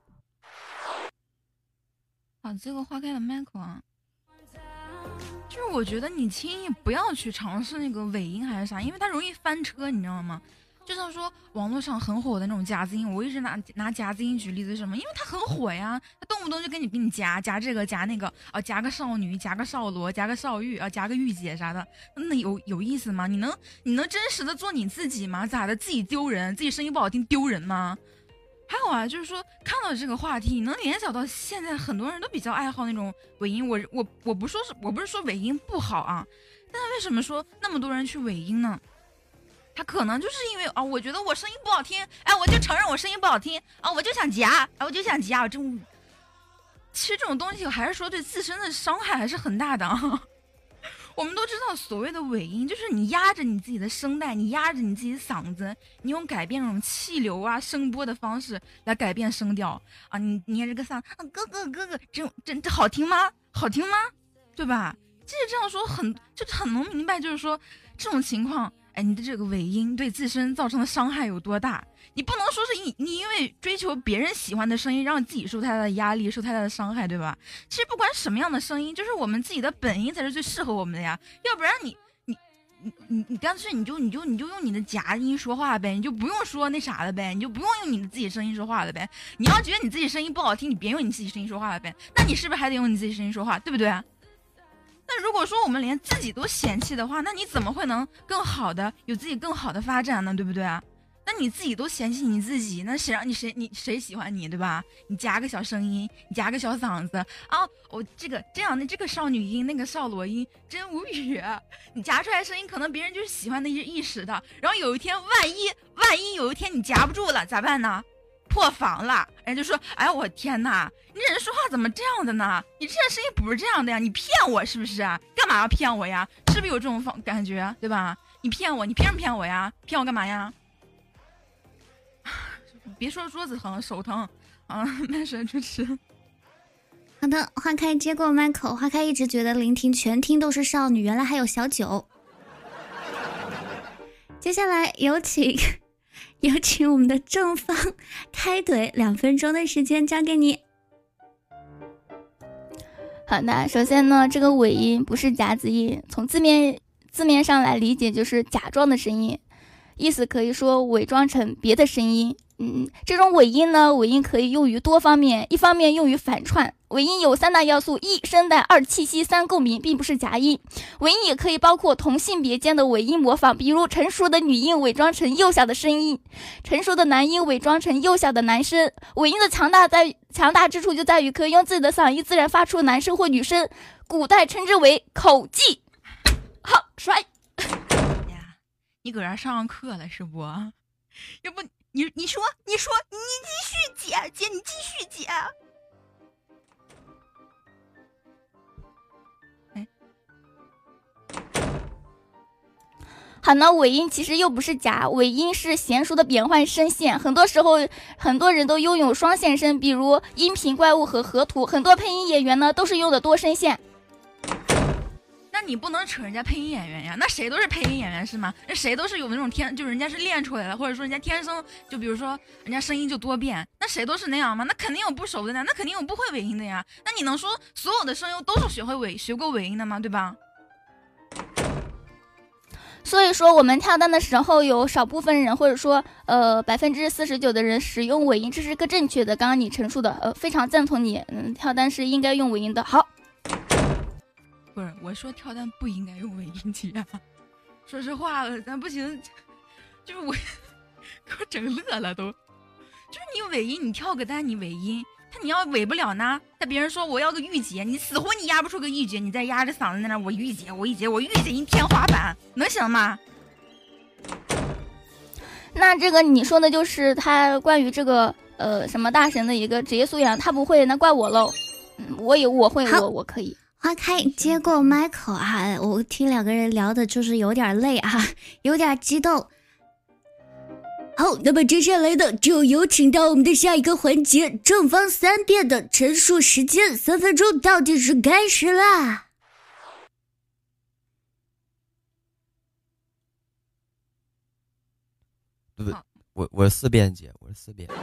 J: 好，这个花开的麦克啊，就是我觉得你轻易不要去尝试那个尾音还是啥，因为它容易翻车，你知道吗？就像说网络上很火的那种夹子音，我一直拿夹子音举例子，什么？因为它很火呀，它动不动就给你夹这个夹那个啊，夹个少女，夹个少罗，夹个少玉啊，夹个御姐啥的，那有意思吗？你能真实的做你自己吗？咋的？自己丢人，自己声音不好听丢人吗？还有啊，就是说看到这个话题，你能联想到现在很多人都比较爱好那种尾音，我不是说尾音不好啊，但为什么说那么多人去尾音呢？他可能就是因为啊，我觉得我声音不好听，哎，我就承认我声音不好听啊，我就想夹，我真，其实这种东西还是说对自身的伤害还是很大的啊。我们都知道，所谓的尾音就是你压着你自己的声带，你压着你自己的嗓子，你用改变那种气流啊、声波的方式来改变声调啊。你捏着个嗓，哥哥，这好听吗？好听吗？对吧？其实这样说就很能明白，就是说这种情况。哎，你的这个尾音对自身造成的伤害有多大？你不能说是你因为追求别人喜欢的声音，让自己受太大的压力，受太大的伤害，对吧？其实不管什么样的声音，就是我们自己的本音才是最适合我们的呀。要不然你干脆你就用你的假音说话呗，你就不用说那啥了呗，你就不用你的自己声音说话了呗。你要觉得你自己声音不好听，你别用你自己声音说话了呗。那你是不是还得用你自己声音说话，对不对？那如果说我们连自己都嫌弃的话，那你怎么会能更好的有自己更好的发展呢？对不对啊？那你自己都嫌弃你自己，那谁让谁喜欢你，对吧？你夹个小声音，你夹个小嗓子啊，我这样的这个少女音，那个少罗音，真无语。你夹出来声音，可能别人就是喜欢的一时的，然后有一天万一有一天你夹不住了，咋办呢？破防了，人家就说：“哎，我天哪，你这人说话怎么这样的呢？你这声音不是这样的呀，你骗我是不是啊？干嘛要骗我呀？是不是有这种感觉，对吧？你骗我，你凭什么骗我呀？骗我干嘛呀？别说桌子疼，手疼啊！麦水主持。
D: 好的，花开接过麦口，花开一直觉得聆听全听都是少女，原来还有小九。接下来有请我们的正方开怼，2分钟的时间交给你。
G: 好的，首先呢，这个尾音不是夹子音，从字面上来理解就是假装的声音，意思可以说伪装成别的声音。这种尾音呢，尾音可以用于多方面，一方面用于反串。尾音有3大要素：一声带，2气息，3共鸣，并不是夹音。尾音也可以包括同性别间的尾音模仿，比如成熟的女音伪装成幼小的声音，成熟的男音伪装成幼小的男声。尾音的强大之处就在于可以用自己的嗓音自然发出男声或女声，古代称之为口技。好，帅
J: 呀！你搁这上课了是不？要不你说你继续姐，你继续姐。
G: 好呢，尾音其实又不是假，尾音是娴熟的变换声线，很多时候很多人都拥有双线声，比如音频怪物和河图，很多配音演员呢都是用的多声线。
J: 那你不能扯人家配音演员呀，那谁都是配音演员是吗？那谁都是有那种就人家是练出来的，或者说人家天生就比如说人家声音就多变，那谁都是那样吗？那肯定有不熟的呀，那肯定有不会尾音的呀。那你能说所有的声优都是学过尾音的吗？对吧？
G: 所以说我们跳单的时候有少部分人或者说49%的人使用尾音，这是个正确的。刚刚你陈述的非常赞同你，跳单是应该用尾音的。好，
J: 不是我说跳单不应该用尾音接啊，说实话了，咱不行，就是我给我整乐了都，就是你尾音，你跳个单你尾音。你要尾不了呢，但别人说我要个御姐，你死活你压不出个御姐，你再压着嗓子在那我御姐一天花板，能行吗？
G: 那这个你说的就是他关于这个什么大神的一个职业素养，他不会那怪我喽。我会，我可以。
D: 花开接过麦口啊，我听两个人聊的就是有点累啊，有点激动。好，那么接下来的就有请到我们的下一个环节，正方3辩的陈述时间3分钟倒计时开始啦！
H: 对，我是4辩姐，我是4辩，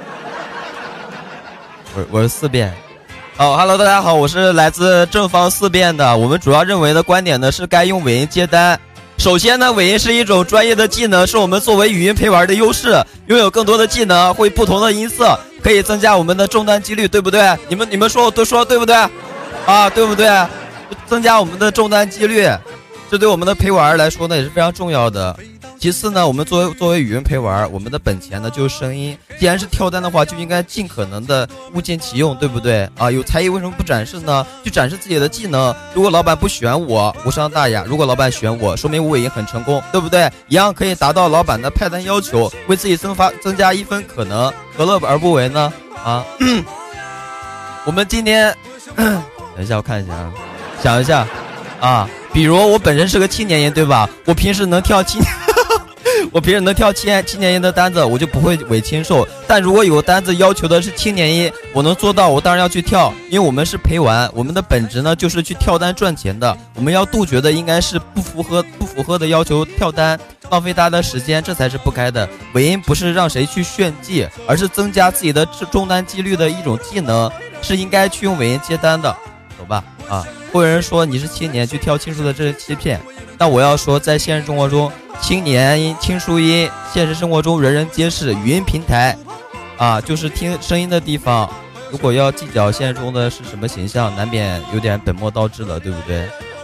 H: 我是4辩。Hello， 大家好，我是来自正方4辩的。我们主要认为的观点呢是该用尾音接单。首先呢，尾音是一种专业的技能，是我们作为语音陪玩的优势。拥有更多的技能，会不同的音色，可以增加我们的中单几率，对不对？你们说我都说对不对？啊，对不对？增加我们的中单几率，这对我们的陪玩来说呢也是非常重要的。其次呢，我们作为语音陪玩，我们的本钱呢就是声音。既然是跳单的话，就应该尽可能的物尽其用，对不对啊？有才艺为什么不展示呢？就展示自己的技能。如果老板不选我，无伤大雅；如果老板选我，说明我已经很成功，对不对？一样可以达到老板的派单要求，为自己增加1分可能，何乐而不为呢？啊，我们今天等一下，我看一下啊，想一下啊，比如我本身是个7年音，对吧？我平时能跳我平时能跳7年音的单子，我就不会伪亲授。但如果有单子要求的是7年音，我能做到，我当然要去跳，因为我们是陪玩，我们的本质呢就是去跳单赚钱的。我们要杜绝的应该是不符合的要求跳单，浪费大家的时间，这才是不该的。尾音不是让谁去炫技，而是增加自己的中单几率的一种技能，是应该去用尾音接单的，懂吧？啊，会有人说你是青年去跳亲属的，这是欺骗。但我要说，在现实生活中，青年音、亲属音，现实生活中人人皆是。语音平台，啊，就是听声音的地方。如果要计较现实中的是什么形象，难免有点本末倒置了，对不对？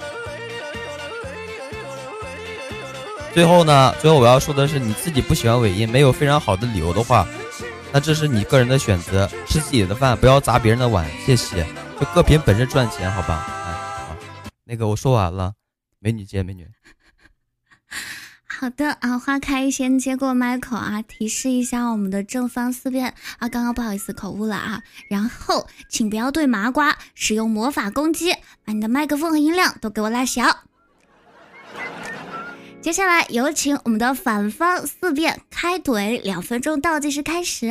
H: 最后我要说的是，你自己不喜欢尾音，没有非常好的理由的话，那这是你个人的选择，吃自己的饭，不要砸别人的碗，谢谢。就各凭本事赚钱，好吧？哎，好，那个我说完了。美女接美女。
D: 好的啊，花开先接过麦口啊，提示一下我们的正方4辩啊，刚刚不好意思口误了啊，然后请不要对麻瓜使用魔法攻击，把你的麦克风和音量都给我拉小。接下来有请我们的反方4辩开怼，2分钟倒计时开始。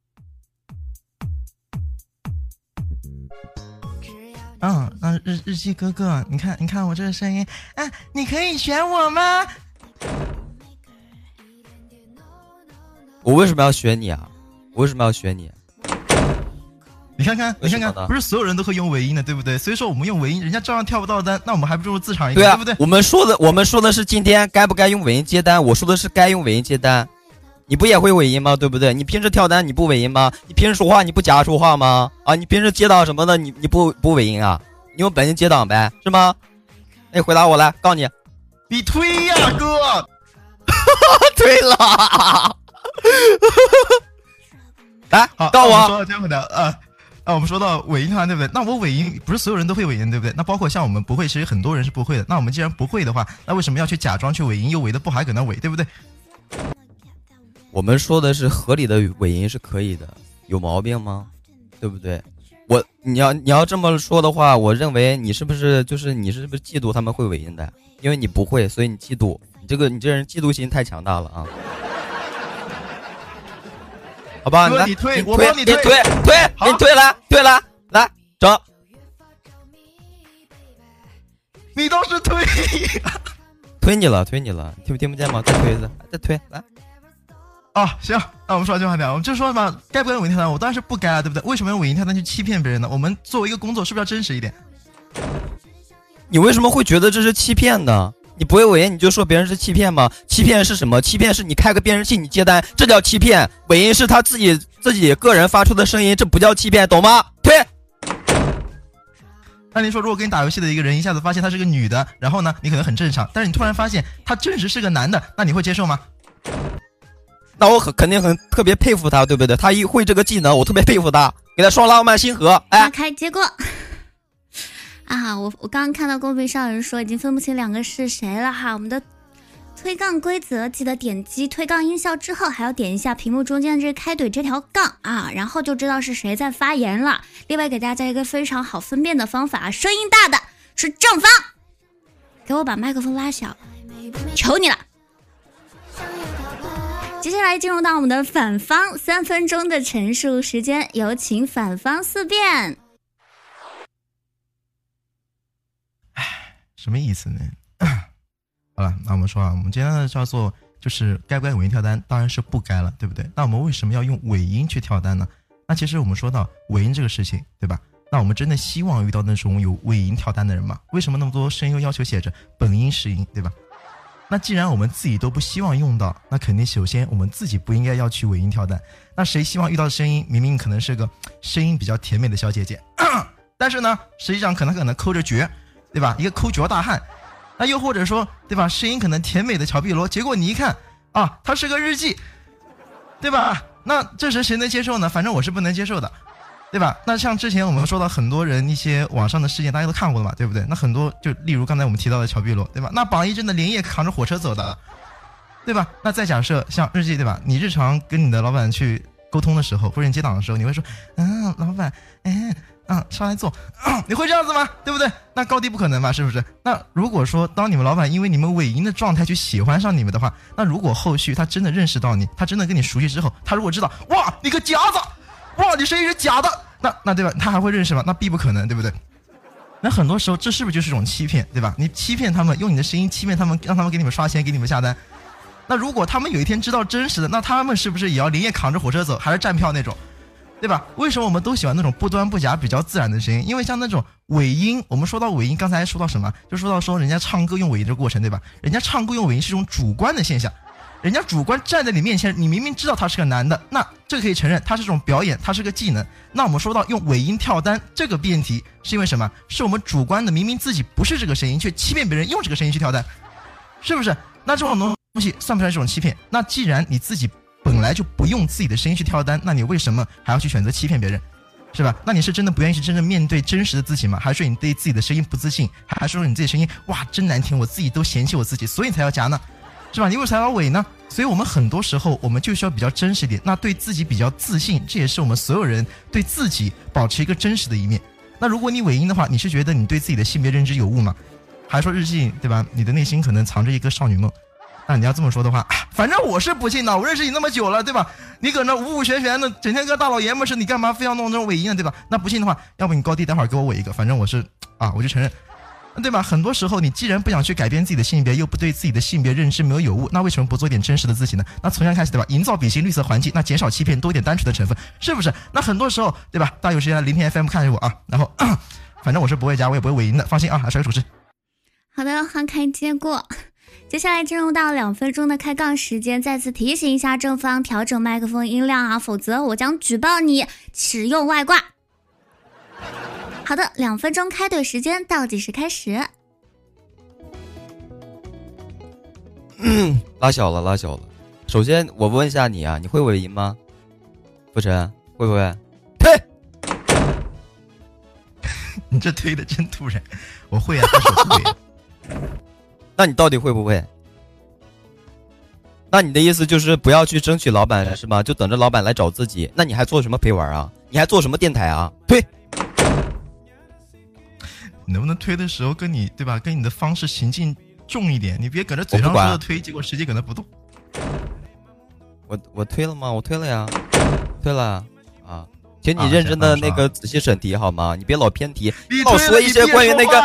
M: 日记哥哥，你看我这个声音啊，你可以选我吗？
H: 我为什么要选你啊？我为什么要选你？
M: 你看看，不是所有人都会用尾音的，对不对？所以说我们用尾音，人家照样跳不到单，那我们还不如自场一个，对不对？
H: 我们说的是今天该不该用尾音接单，我说的是该用尾音接单。你不也会尾音吗？对不对？你平时跳单你不尾音吗？你平时说话你不夹说话吗？啊，你平时接档什么的你不尾音啊？你用本音接档呗，是吗？哎，回答我来，告你。
M: 你推呀，哥！
H: 推了。来，告我。
M: 说到这样的我们说到尾音团，对不对？那我尾音不是所有人都会尾音，对不对？那包括像我们不会，其实很多人是不会的。那我们既然不会的话，那为什么要去假装去尾音，又尾的不好，搁那尾，对不对？
H: 我们说的是合理的尾音是可以的，有毛病吗？对不对？你要这么说的话，我认为你是不是嫉妒他们会尾音的？因为你不会，所以你嫉妒。你这人嫉妒心太强大了啊！好吧，
M: 你推，我帮你推，
H: 你推来整。
M: 你倒是推，
H: 推你了，听不见吗？再推一次，再推来。
M: 行，那我们说这话题，我们就说嘛，该不该尾音跳单？我当然是不该啊，对不对？为什么用尾音跳单去欺骗别人呢？我们作为一个工作，是不是要真实一点？
H: 你为什么会觉得这是欺骗呢？ 你不会尾音你就说别人是欺骗吗？欺骗是什么？欺骗是你开个变声器你接单，这叫欺骗。尾音是他自己个人发出的声音，这不叫欺骗，懂吗？对。
M: 那你说，如果跟你打游戏的一个人一下子发现她是个女的，然后呢，你可能很正常，但是你突然发现他真实是个男的，那你会接受吗？
H: 那我肯定特别佩服他，对不对？他一会这个技能，我特别佩服他，给他双浪漫星河。
D: 打开结果啊，我刚刚看到公屏上有人说已经分不清两个是谁了哈。我们的推杠规则记得点击推杠音效之后，还要点一下屏幕中间这开怼这条杠啊，然后就知道是谁在发言了。另外给大家一个非常好分辨的方法，声音大的是正方，给我把麦克风拉小，求你了。接下来进入到我们的反方3分钟的陈述时间，有请反方四辩。
M: 什么意思呢？好了，那我们说啊，我们今天的叫做就是该不该尾音跳单，当然是不该了，对不对？那我们为什么要用尾音去跳单呢？那其实我们说到尾音这个事情，对吧？那我们真的希望遇到那种有尾音跳单的人吗？为什么那么多声优要求写着本音实音，对吧？那既然我们自己都不希望用到，那肯定首先我们自己不应该要去尾音跳单。那谁希望遇到的声音明明可能是个声音比较甜美的小姐姐，但是呢实际上可能抠着脚，对吧？一个抠脚大汉。那又或者说，对吧？声音可能甜美的乔碧罗，结果你一看啊，他是个日记，对吧？那这时谁能接受呢？反正我是不能接受的，对吧？那像之前我们说到很多人一些网上的事件，大家都看过的嘛，对不对？那很多就例如刚才我们提到的乔碧罗，对吧？那榜一真的连夜扛着火车走的，对吧？那再假设像日记，对吧？你日常跟你的老板去沟通的时候，或者你接档的时候，你会说，老板，上来坐，你会这样子吗？对不对？那高低不可能吧，是不是？那如果说当你们老板因为你们尾音的状态去喜欢上你们的话，那如果后续他真的认识到你，他真的跟你熟悉之后，他如果知道，哇，你个夹子，哇，你声音是假的，那对吧？他还会认识吗？那必不可能，对不对？那很多时候这是不是就是一种欺骗，对吧？你欺骗他们，用你的声音欺骗他们，让他们给你们刷钱，给你们下单。那如果他们有一天知道真实的，那他们是不是也要连夜扛着火车走，还是站票那种？对吧？为什么我们都喜欢那种不端不假比较自然的声音？因为像那种尾音，我们说到尾音，刚才说到什么？就说到说人家唱歌用尾音的过程，对吧？人家唱歌用尾音是一种主观的现象，人家主观站在你面前，你明明知道他是个男的，那这个可以承认他是这种表演，他是个技能。那我们说到用尾音跳单这个辩题，是因为什么？是我们主观的，明明自己不是这个声音，却欺骗别人用这个声音去跳单，是不是？那这种东西算不算这种欺骗？那既然你自己本来就不用自己的声音去跳单，那你为什么还要去选择欺骗别人，是吧？那你是真的不愿意去真正面对真实的自己吗？还是说你对自己的声音不自信？还是说你自己声音哇真难听，我自己都嫌弃我自己，所以你才要夹呢，是吧？你为什么才要尾呢？所以我们很多时候我们就需要比较真实一点，那对自己比较自信，这也是我们所有人对自己保持一个真实的一面。那如果你尾音的话，你是觉得你对自己的性别认知有误吗？还是说日记，对吧？你的内心可能藏着一个少女梦？那你要这么说的话，反正我是不信的，我认识你那么久了，对吧？你搁那五五玄玄的，整天跟大老爷们似的，你干嘛非要弄这种尾音呢，对吧？那不信的话，要不你高低待会儿给我尾一个，反正我是我就承认，对吧？很多时候你既然不想去改变自己的性别，又不对自己的性别认知没有误，那为什么不做一点真实的自己呢？那从现在开始，对吧？营造比心绿色环境，那减少欺骗，多一点单纯的成分，是不是？那很多时候，对吧？大家有时间聆听 FM 看着我啊，然后反正我是不会加，我也不会尾音的，放心啊，来甩个主持。
D: 好的，花开结果。接下来进入到2分钟的开杠时间，再次提醒一下正方调整麦克风音量啊，否则我将举报你使用外挂。好的，2分钟开怼时间倒计时开始。
H: 拉小了。首先我问一下你啊，你会尾音吗？傅晨会不会？呸！
M: 你这推的真突然。我会啊，但是我不会。
H: 那你到底会不会？那你的意思就是不要去争取老板是吗？就等着老板来找自己？那你还做什么陪玩啊？你还做什么电台啊？推！
M: 你能不能推的时候跟你对吧？跟你的方式行进重一点，你别搁这嘴上说的推，结果实际搁那不动。
H: 我推了吗？我推了呀，推了啊。请你认真的那个仔细审题好吗？你别老偏题，你老说一些关于那个，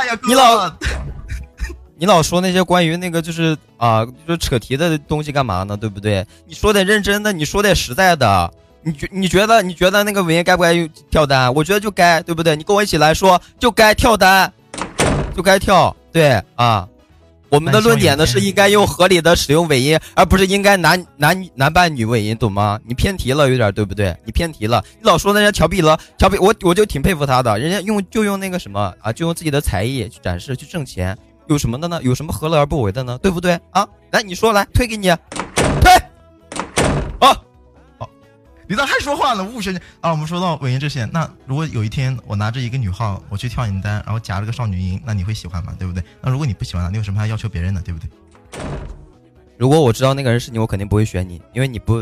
H: 你老说那些关于那个就是就是扯题的东西干嘛呢？对不对？你说点认真的，你说点实在的。你觉得那个尾音该不该跳单？我觉得就该，对不对？你跟我一起来说，就该跳单，就该跳，对啊。 我们的论点呢是应该用合理的使用尾音，而不是应该男扮女尾音，懂吗？你偏题了有点，对不对？你偏题了，你老说那人乔碧了，乔碧我就挺佩服他的，人家用那个什么啊，就用自己的才艺去展示去挣钱，有什么的呢？有什么何乐而不为的呢？对不对啊？来你说，来推给你，推啊！
M: 你咋还说话呢？误学啊！我们说到尾音这些，那如果有一天我拿着一个女号，我去跳你的单，然后夹了个少女音，那你会喜欢吗？对不对？那如果你不喜欢，你为什么还要求别人呢？对不对？
H: 如果我知道那个人是你，我肯定不会选你，因为你不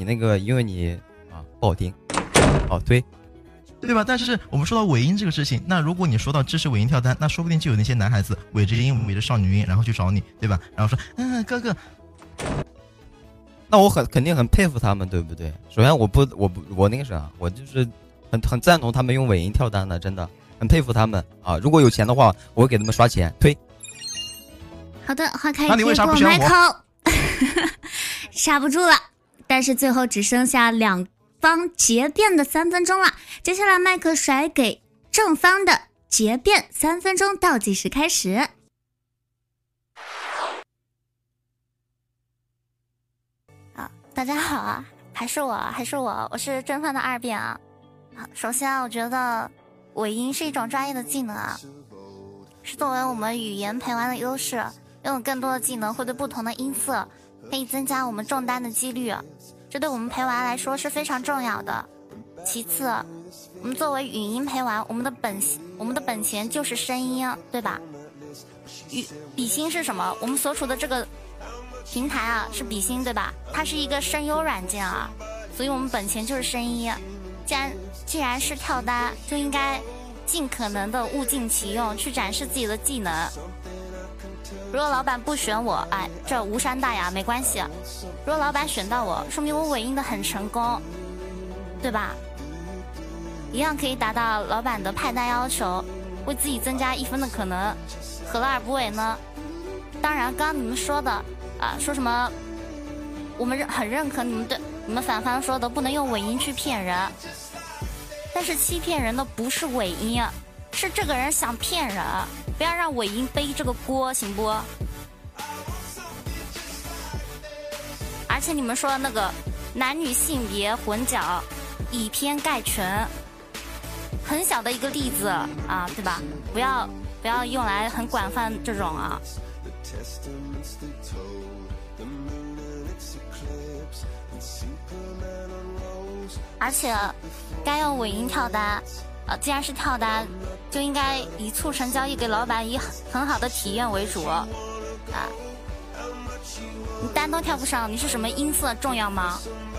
H: 好听。好推，
M: 对吧？但是我们说到尾音这个事情，那如果你说到支持尾音跳单，那说不定就有那些男孩子尾着音尾着少女音，然后去找你，对吧？然后说，哥哥。
H: 那我肯定很佩服他们，对不对？首先我那个啥，我就是很赞同他们用尾音跳单的，真的很佩服他们啊！如果有钱的话，我会给他们刷钱推。
D: 好的，花开
M: 那你为啥不选我
D: ？Michael 刹不住了，但是最后只剩下两方结辩的3分钟了。接下来麦克甩给正方的结辩3分钟倒计时开始。
L: 大家好啊，还是我是正方的2辩啊。首先我觉得尾音是一种专业的技能啊，是作为我们语言陪玩的优势，拥有更多的技能会对不同的音色可以增加我们中单的几率，这对我们陪玩来说是非常重要的。其次，我们作为语音陪玩，我们的本钱就是声音，对吧？比心是什么？我们所处的这个平台啊是比心，对吧？它是一个声优软件啊，所以我们本钱就是声音。既然是跳单，就应该尽可能的物尽其用，去展示自己的技能。如果老板不选我，这无伤大雅，没关系。如果老板选到我，说明我尾音的很成功，对吧？一样可以达到老板的派单要求，为自己增加1分的可能，何乐而不为呢？当然，刚刚你们说的说什么？我们很认可你们反方说的，不能用尾音去骗人。但是欺骗人的不是尾音，是这个人想骗人，不要让尾音背这个锅，行不？而且你们说的那个男女性别混淆，以偏概全，很小的一个例子啊，对吧？不要用来很广泛这种啊。而且该用尾音跳单，既然是跳单，就应该以促成交易给老板以很好的体验为主啊。你单都跳不上，你是什么音色重要吗？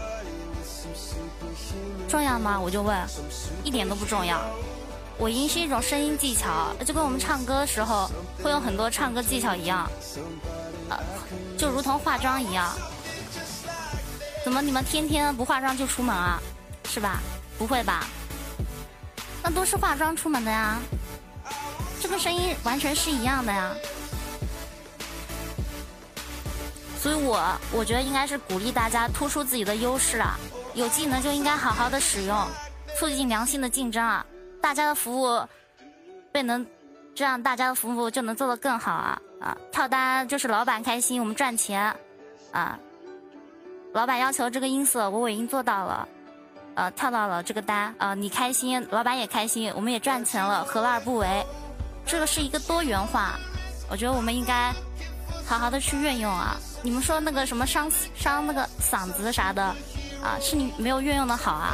L: 重要吗？我就问，一点都不重要。尾音是一种声音技巧，就跟我们唱歌的时候会有很多唱歌技巧一样，就如同化妆一样。怎么你们天天不化妆就出门啊？是吧？不会吧？那都是化妆出门的呀，这个声音完全是一样的呀。所以我觉得应该是鼓励大家突出自己的优势啊，有技能就应该好好的使用，促进良性的竞争啊，大家的服务这样大家的服务就能做得更好啊。跳单就是老板开心，我们赚钱啊。老板要求这个音色，我尾音做到了，跳到了这个单，你开心，老板也开心，我们也赚钱了，何乐而不为？这个是一个多元化，我觉得我们应该好好的去运用啊。你们说那个什么伤那个嗓子啥的是你没有运用的好啊。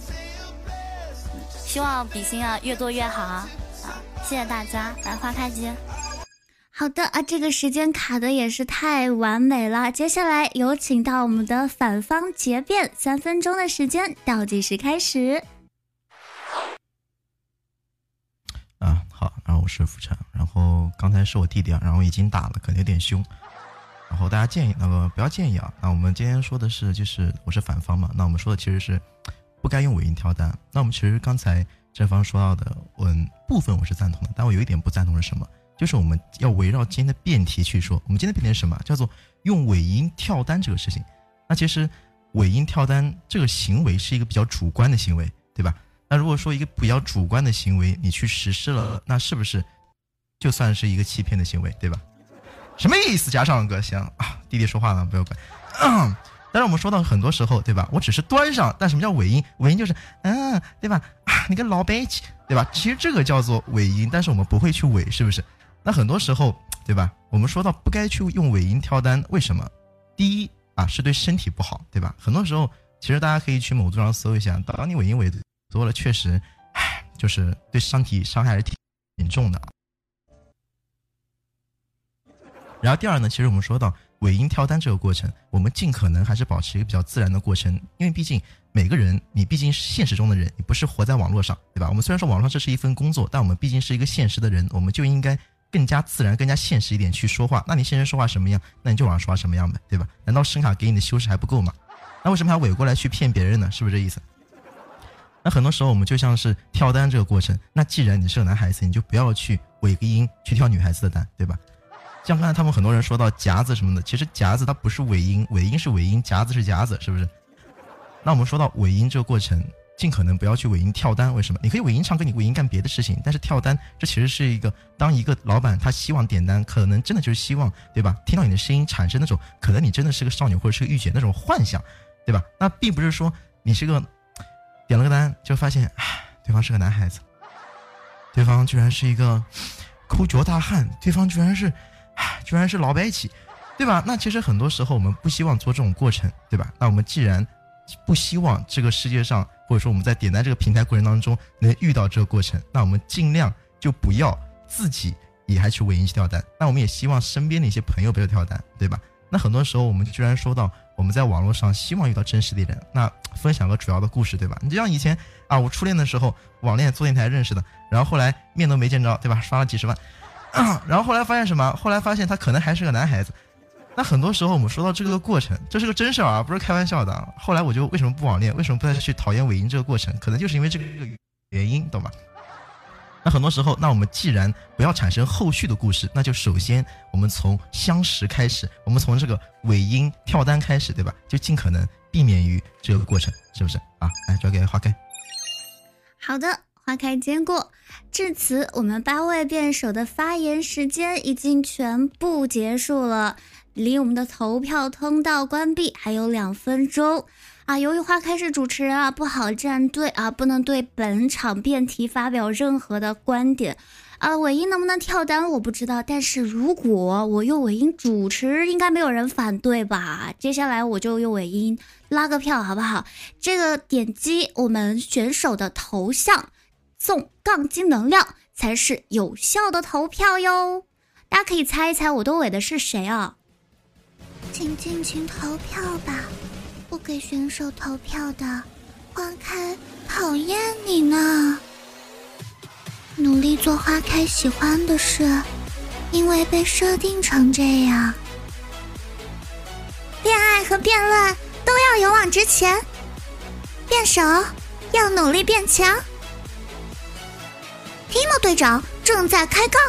L: 希望比心越多越好啊！谢谢大家，来花开机。
D: 好的这个时间卡的也是太完美了。接下来有请到我们的反方结辩，3分钟的时间，倒计时开始。
M: 好，然后我是浮尘，然后刚才是我弟弟然后已经打了，可能有点凶，然后大家建议不要建议那我们今天说的是就是我是反方嘛，那我们说的其实是不该用尾音跳单。那我们其实刚才正方说到的部分我是赞同的，但我有一点不赞同是什么？就是我们要围绕今天的辩题去说，我们今天的辩题是什么？叫做用尾音跳单这个事情。那其实尾音跳单这个行为是一个比较主观的行为，对吧？那如果说一个比较主观的行为你去实施了，那是不是就算是一个欺骗的行为，对吧？ 什么意思？加上个行啊，弟弟说话了，不要管。但是我们说到很多时候，对吧？我只是端上，但什么叫尾音？尾音就是对吧？啊，你个老白痴，对吧？其实这个叫做尾音，但是我们不会去尾，是不是？那很多时候，对吧？我们说到不该去用尾音跳单，为什么？第一啊，是对身体不好，对吧？很多时候，其实大家可以去某度上搜一下，当你尾音尾多了，确实，就是对身体伤害还是挺重的。然后第二呢，其实我们说到尾音跳单这个过程，我们尽可能还是保持一个比较自然的过程，因为毕竟每个人，你毕竟是现实中的人，你不是活在网络上，对吧？我们虽然说网络上这是一份工作，但我们毕竟是一个现实的人，我们就应该更加自然、更加现实一点去说话。那你现实说话什么样，那你就网上说话什么样呗，对吧？难道声卡给你的修饰还不够吗？那为什么还尾过来去骗别人呢？是不是这意思？那很多时候我们就像是跳单这个过程，那既然你是个男孩子，你就不要去尾个音去跳女孩子的单，对吧？像刚才他们很多人说到夹子什么的，其实夹子它不是尾音，尾音是尾音，夹子是夹子，是不是？那我们说到尾音这个过程，尽可能不要去尾音跳单，为什么？你可以尾音唱歌，你尾音干别的事情，但是跳单，这其实是一个，当一个老板他希望点单，可能真的就是希望，对吧？听到你的声音产生那种，可能你真的是个少女或者是个御姐那种幻想，对吧？那并不是说你是个点了个单就发现，对方是个男孩子，对方居然是一个抠脚大汉，对方居然是老白起，对吧？那其实很多时候我们不希望做这种过程，对吧？那我们既然不希望这个世界上，或者说我们在点单这个平台过程当中能遇到这个过程，那我们尽量就不要自己也还去尾音去跳单。那我们也希望身边的一些朋友不要跳单，对吧？那很多时候我们居然说到我们在网络上希望遇到真实的人，那分享个主要的故事，对吧？你就像以前啊，我初恋的时候网恋做电台认识的，然后后来面都没见着，对吧？刷了几十万，然后后来发现什么？后来发现他可能还是个男孩子。那很多时候我们说到这个过程，这是个真事啊，不是开玩笑的。后来我就为什么不网恋，为什么不再去讨厌尾音这个过程？可能就是因为这个原因，懂吧？那很多时候，那我们既然不要产生后续的故事，那就首先我们从相识开始，我们从这个尾音跳单开始，对吧？就尽可能避免于这个过程，是不是啊？来，交给花开。
D: 好的，花开坚果。至此，我们8位辩手的发言时间已经全部结束了，离我们的投票通道关闭还有2分钟啊！由于花开是主持人啊，不好站队啊，不能对本场辩题发表任何的观点啊。尾音能不能跳单我不知道，但是如果我用尾音主持，应该没有人反对吧？接下来我就用尾音拉个票，好不好？这个点击我们选手的头像送杠精能量才是有效的投票哟。大家可以猜一猜我都尾的是谁啊？
I: 请尽情投票吧，不给选手投票的，花开讨厌你呢。努力做花开喜欢的事，因为被设定成这样。恋爱和辩论都要勇往直前，辩手要努力变强。Timo 队长正在开杠，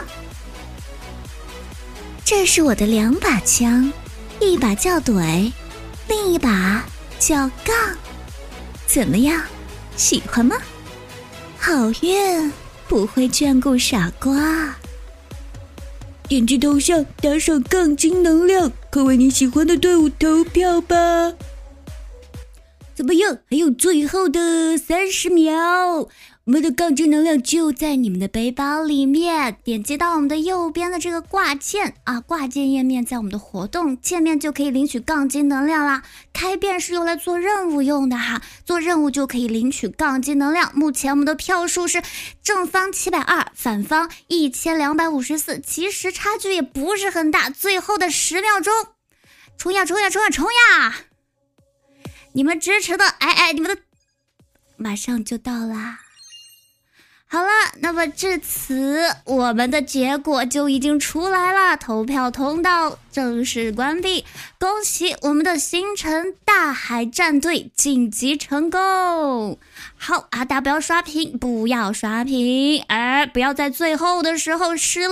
I: 这是我的2把枪，一把叫怼，另一把叫杠，怎么样，喜欢吗？好运不会眷顾傻瓜。点击头像打赏杠精能量，快为你喜欢的队伍投票吧。怎么样？还有最后的30秒，我们的杠精能量就在你们的背包里面，点击到我们的右边的这个挂件啊，挂件页面在我们的活动界面就可以领取杠精能量啦。开辩是用来做任务用的哈，做任务就可以领取杠精能量。目前我们的票数是正方720，反方1254，其实差距也不是很大。最后的10秒钟，冲呀冲呀冲呀冲呀！你们支持的，你们的马上就到啦。好了，那么至此我们的结果就已经出来了，投票通道正式关闭。恭喜我们的星辰大海战队晋级成功。好啊，大家不要刷屏，不要刷屏，不要在最后的时候失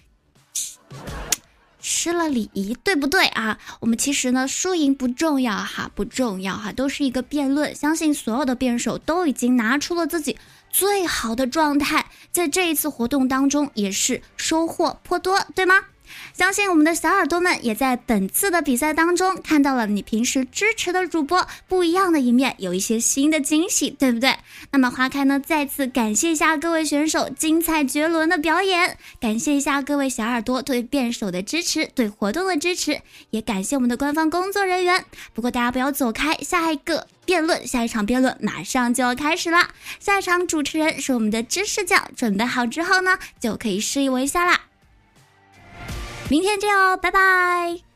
I: 了礼仪，对不对啊？我们其实呢，输赢不重要哈，不重要哈，都是一个辩论。相信所有的辩手都已经拿出了自己最好的状态，在这一次活动当中也是收获颇多，对吗？
D: 相信我们的小耳朵们也在本次的比赛当中看到了你平时支持的主播不一样的一面，有一些新的惊喜，对不对？那么花开呢再次感谢一下各位选手精彩绝伦的表演，感谢一下各位小耳朵对辩手的支持，对活动的支持，也感谢我们的官方工作人员。不过大家不要走开，下一场辩论马上就要开始啦。下一场主持人是我们的知识酱，准备好之后呢就可以示意我一下啦。明天见哦，拜拜。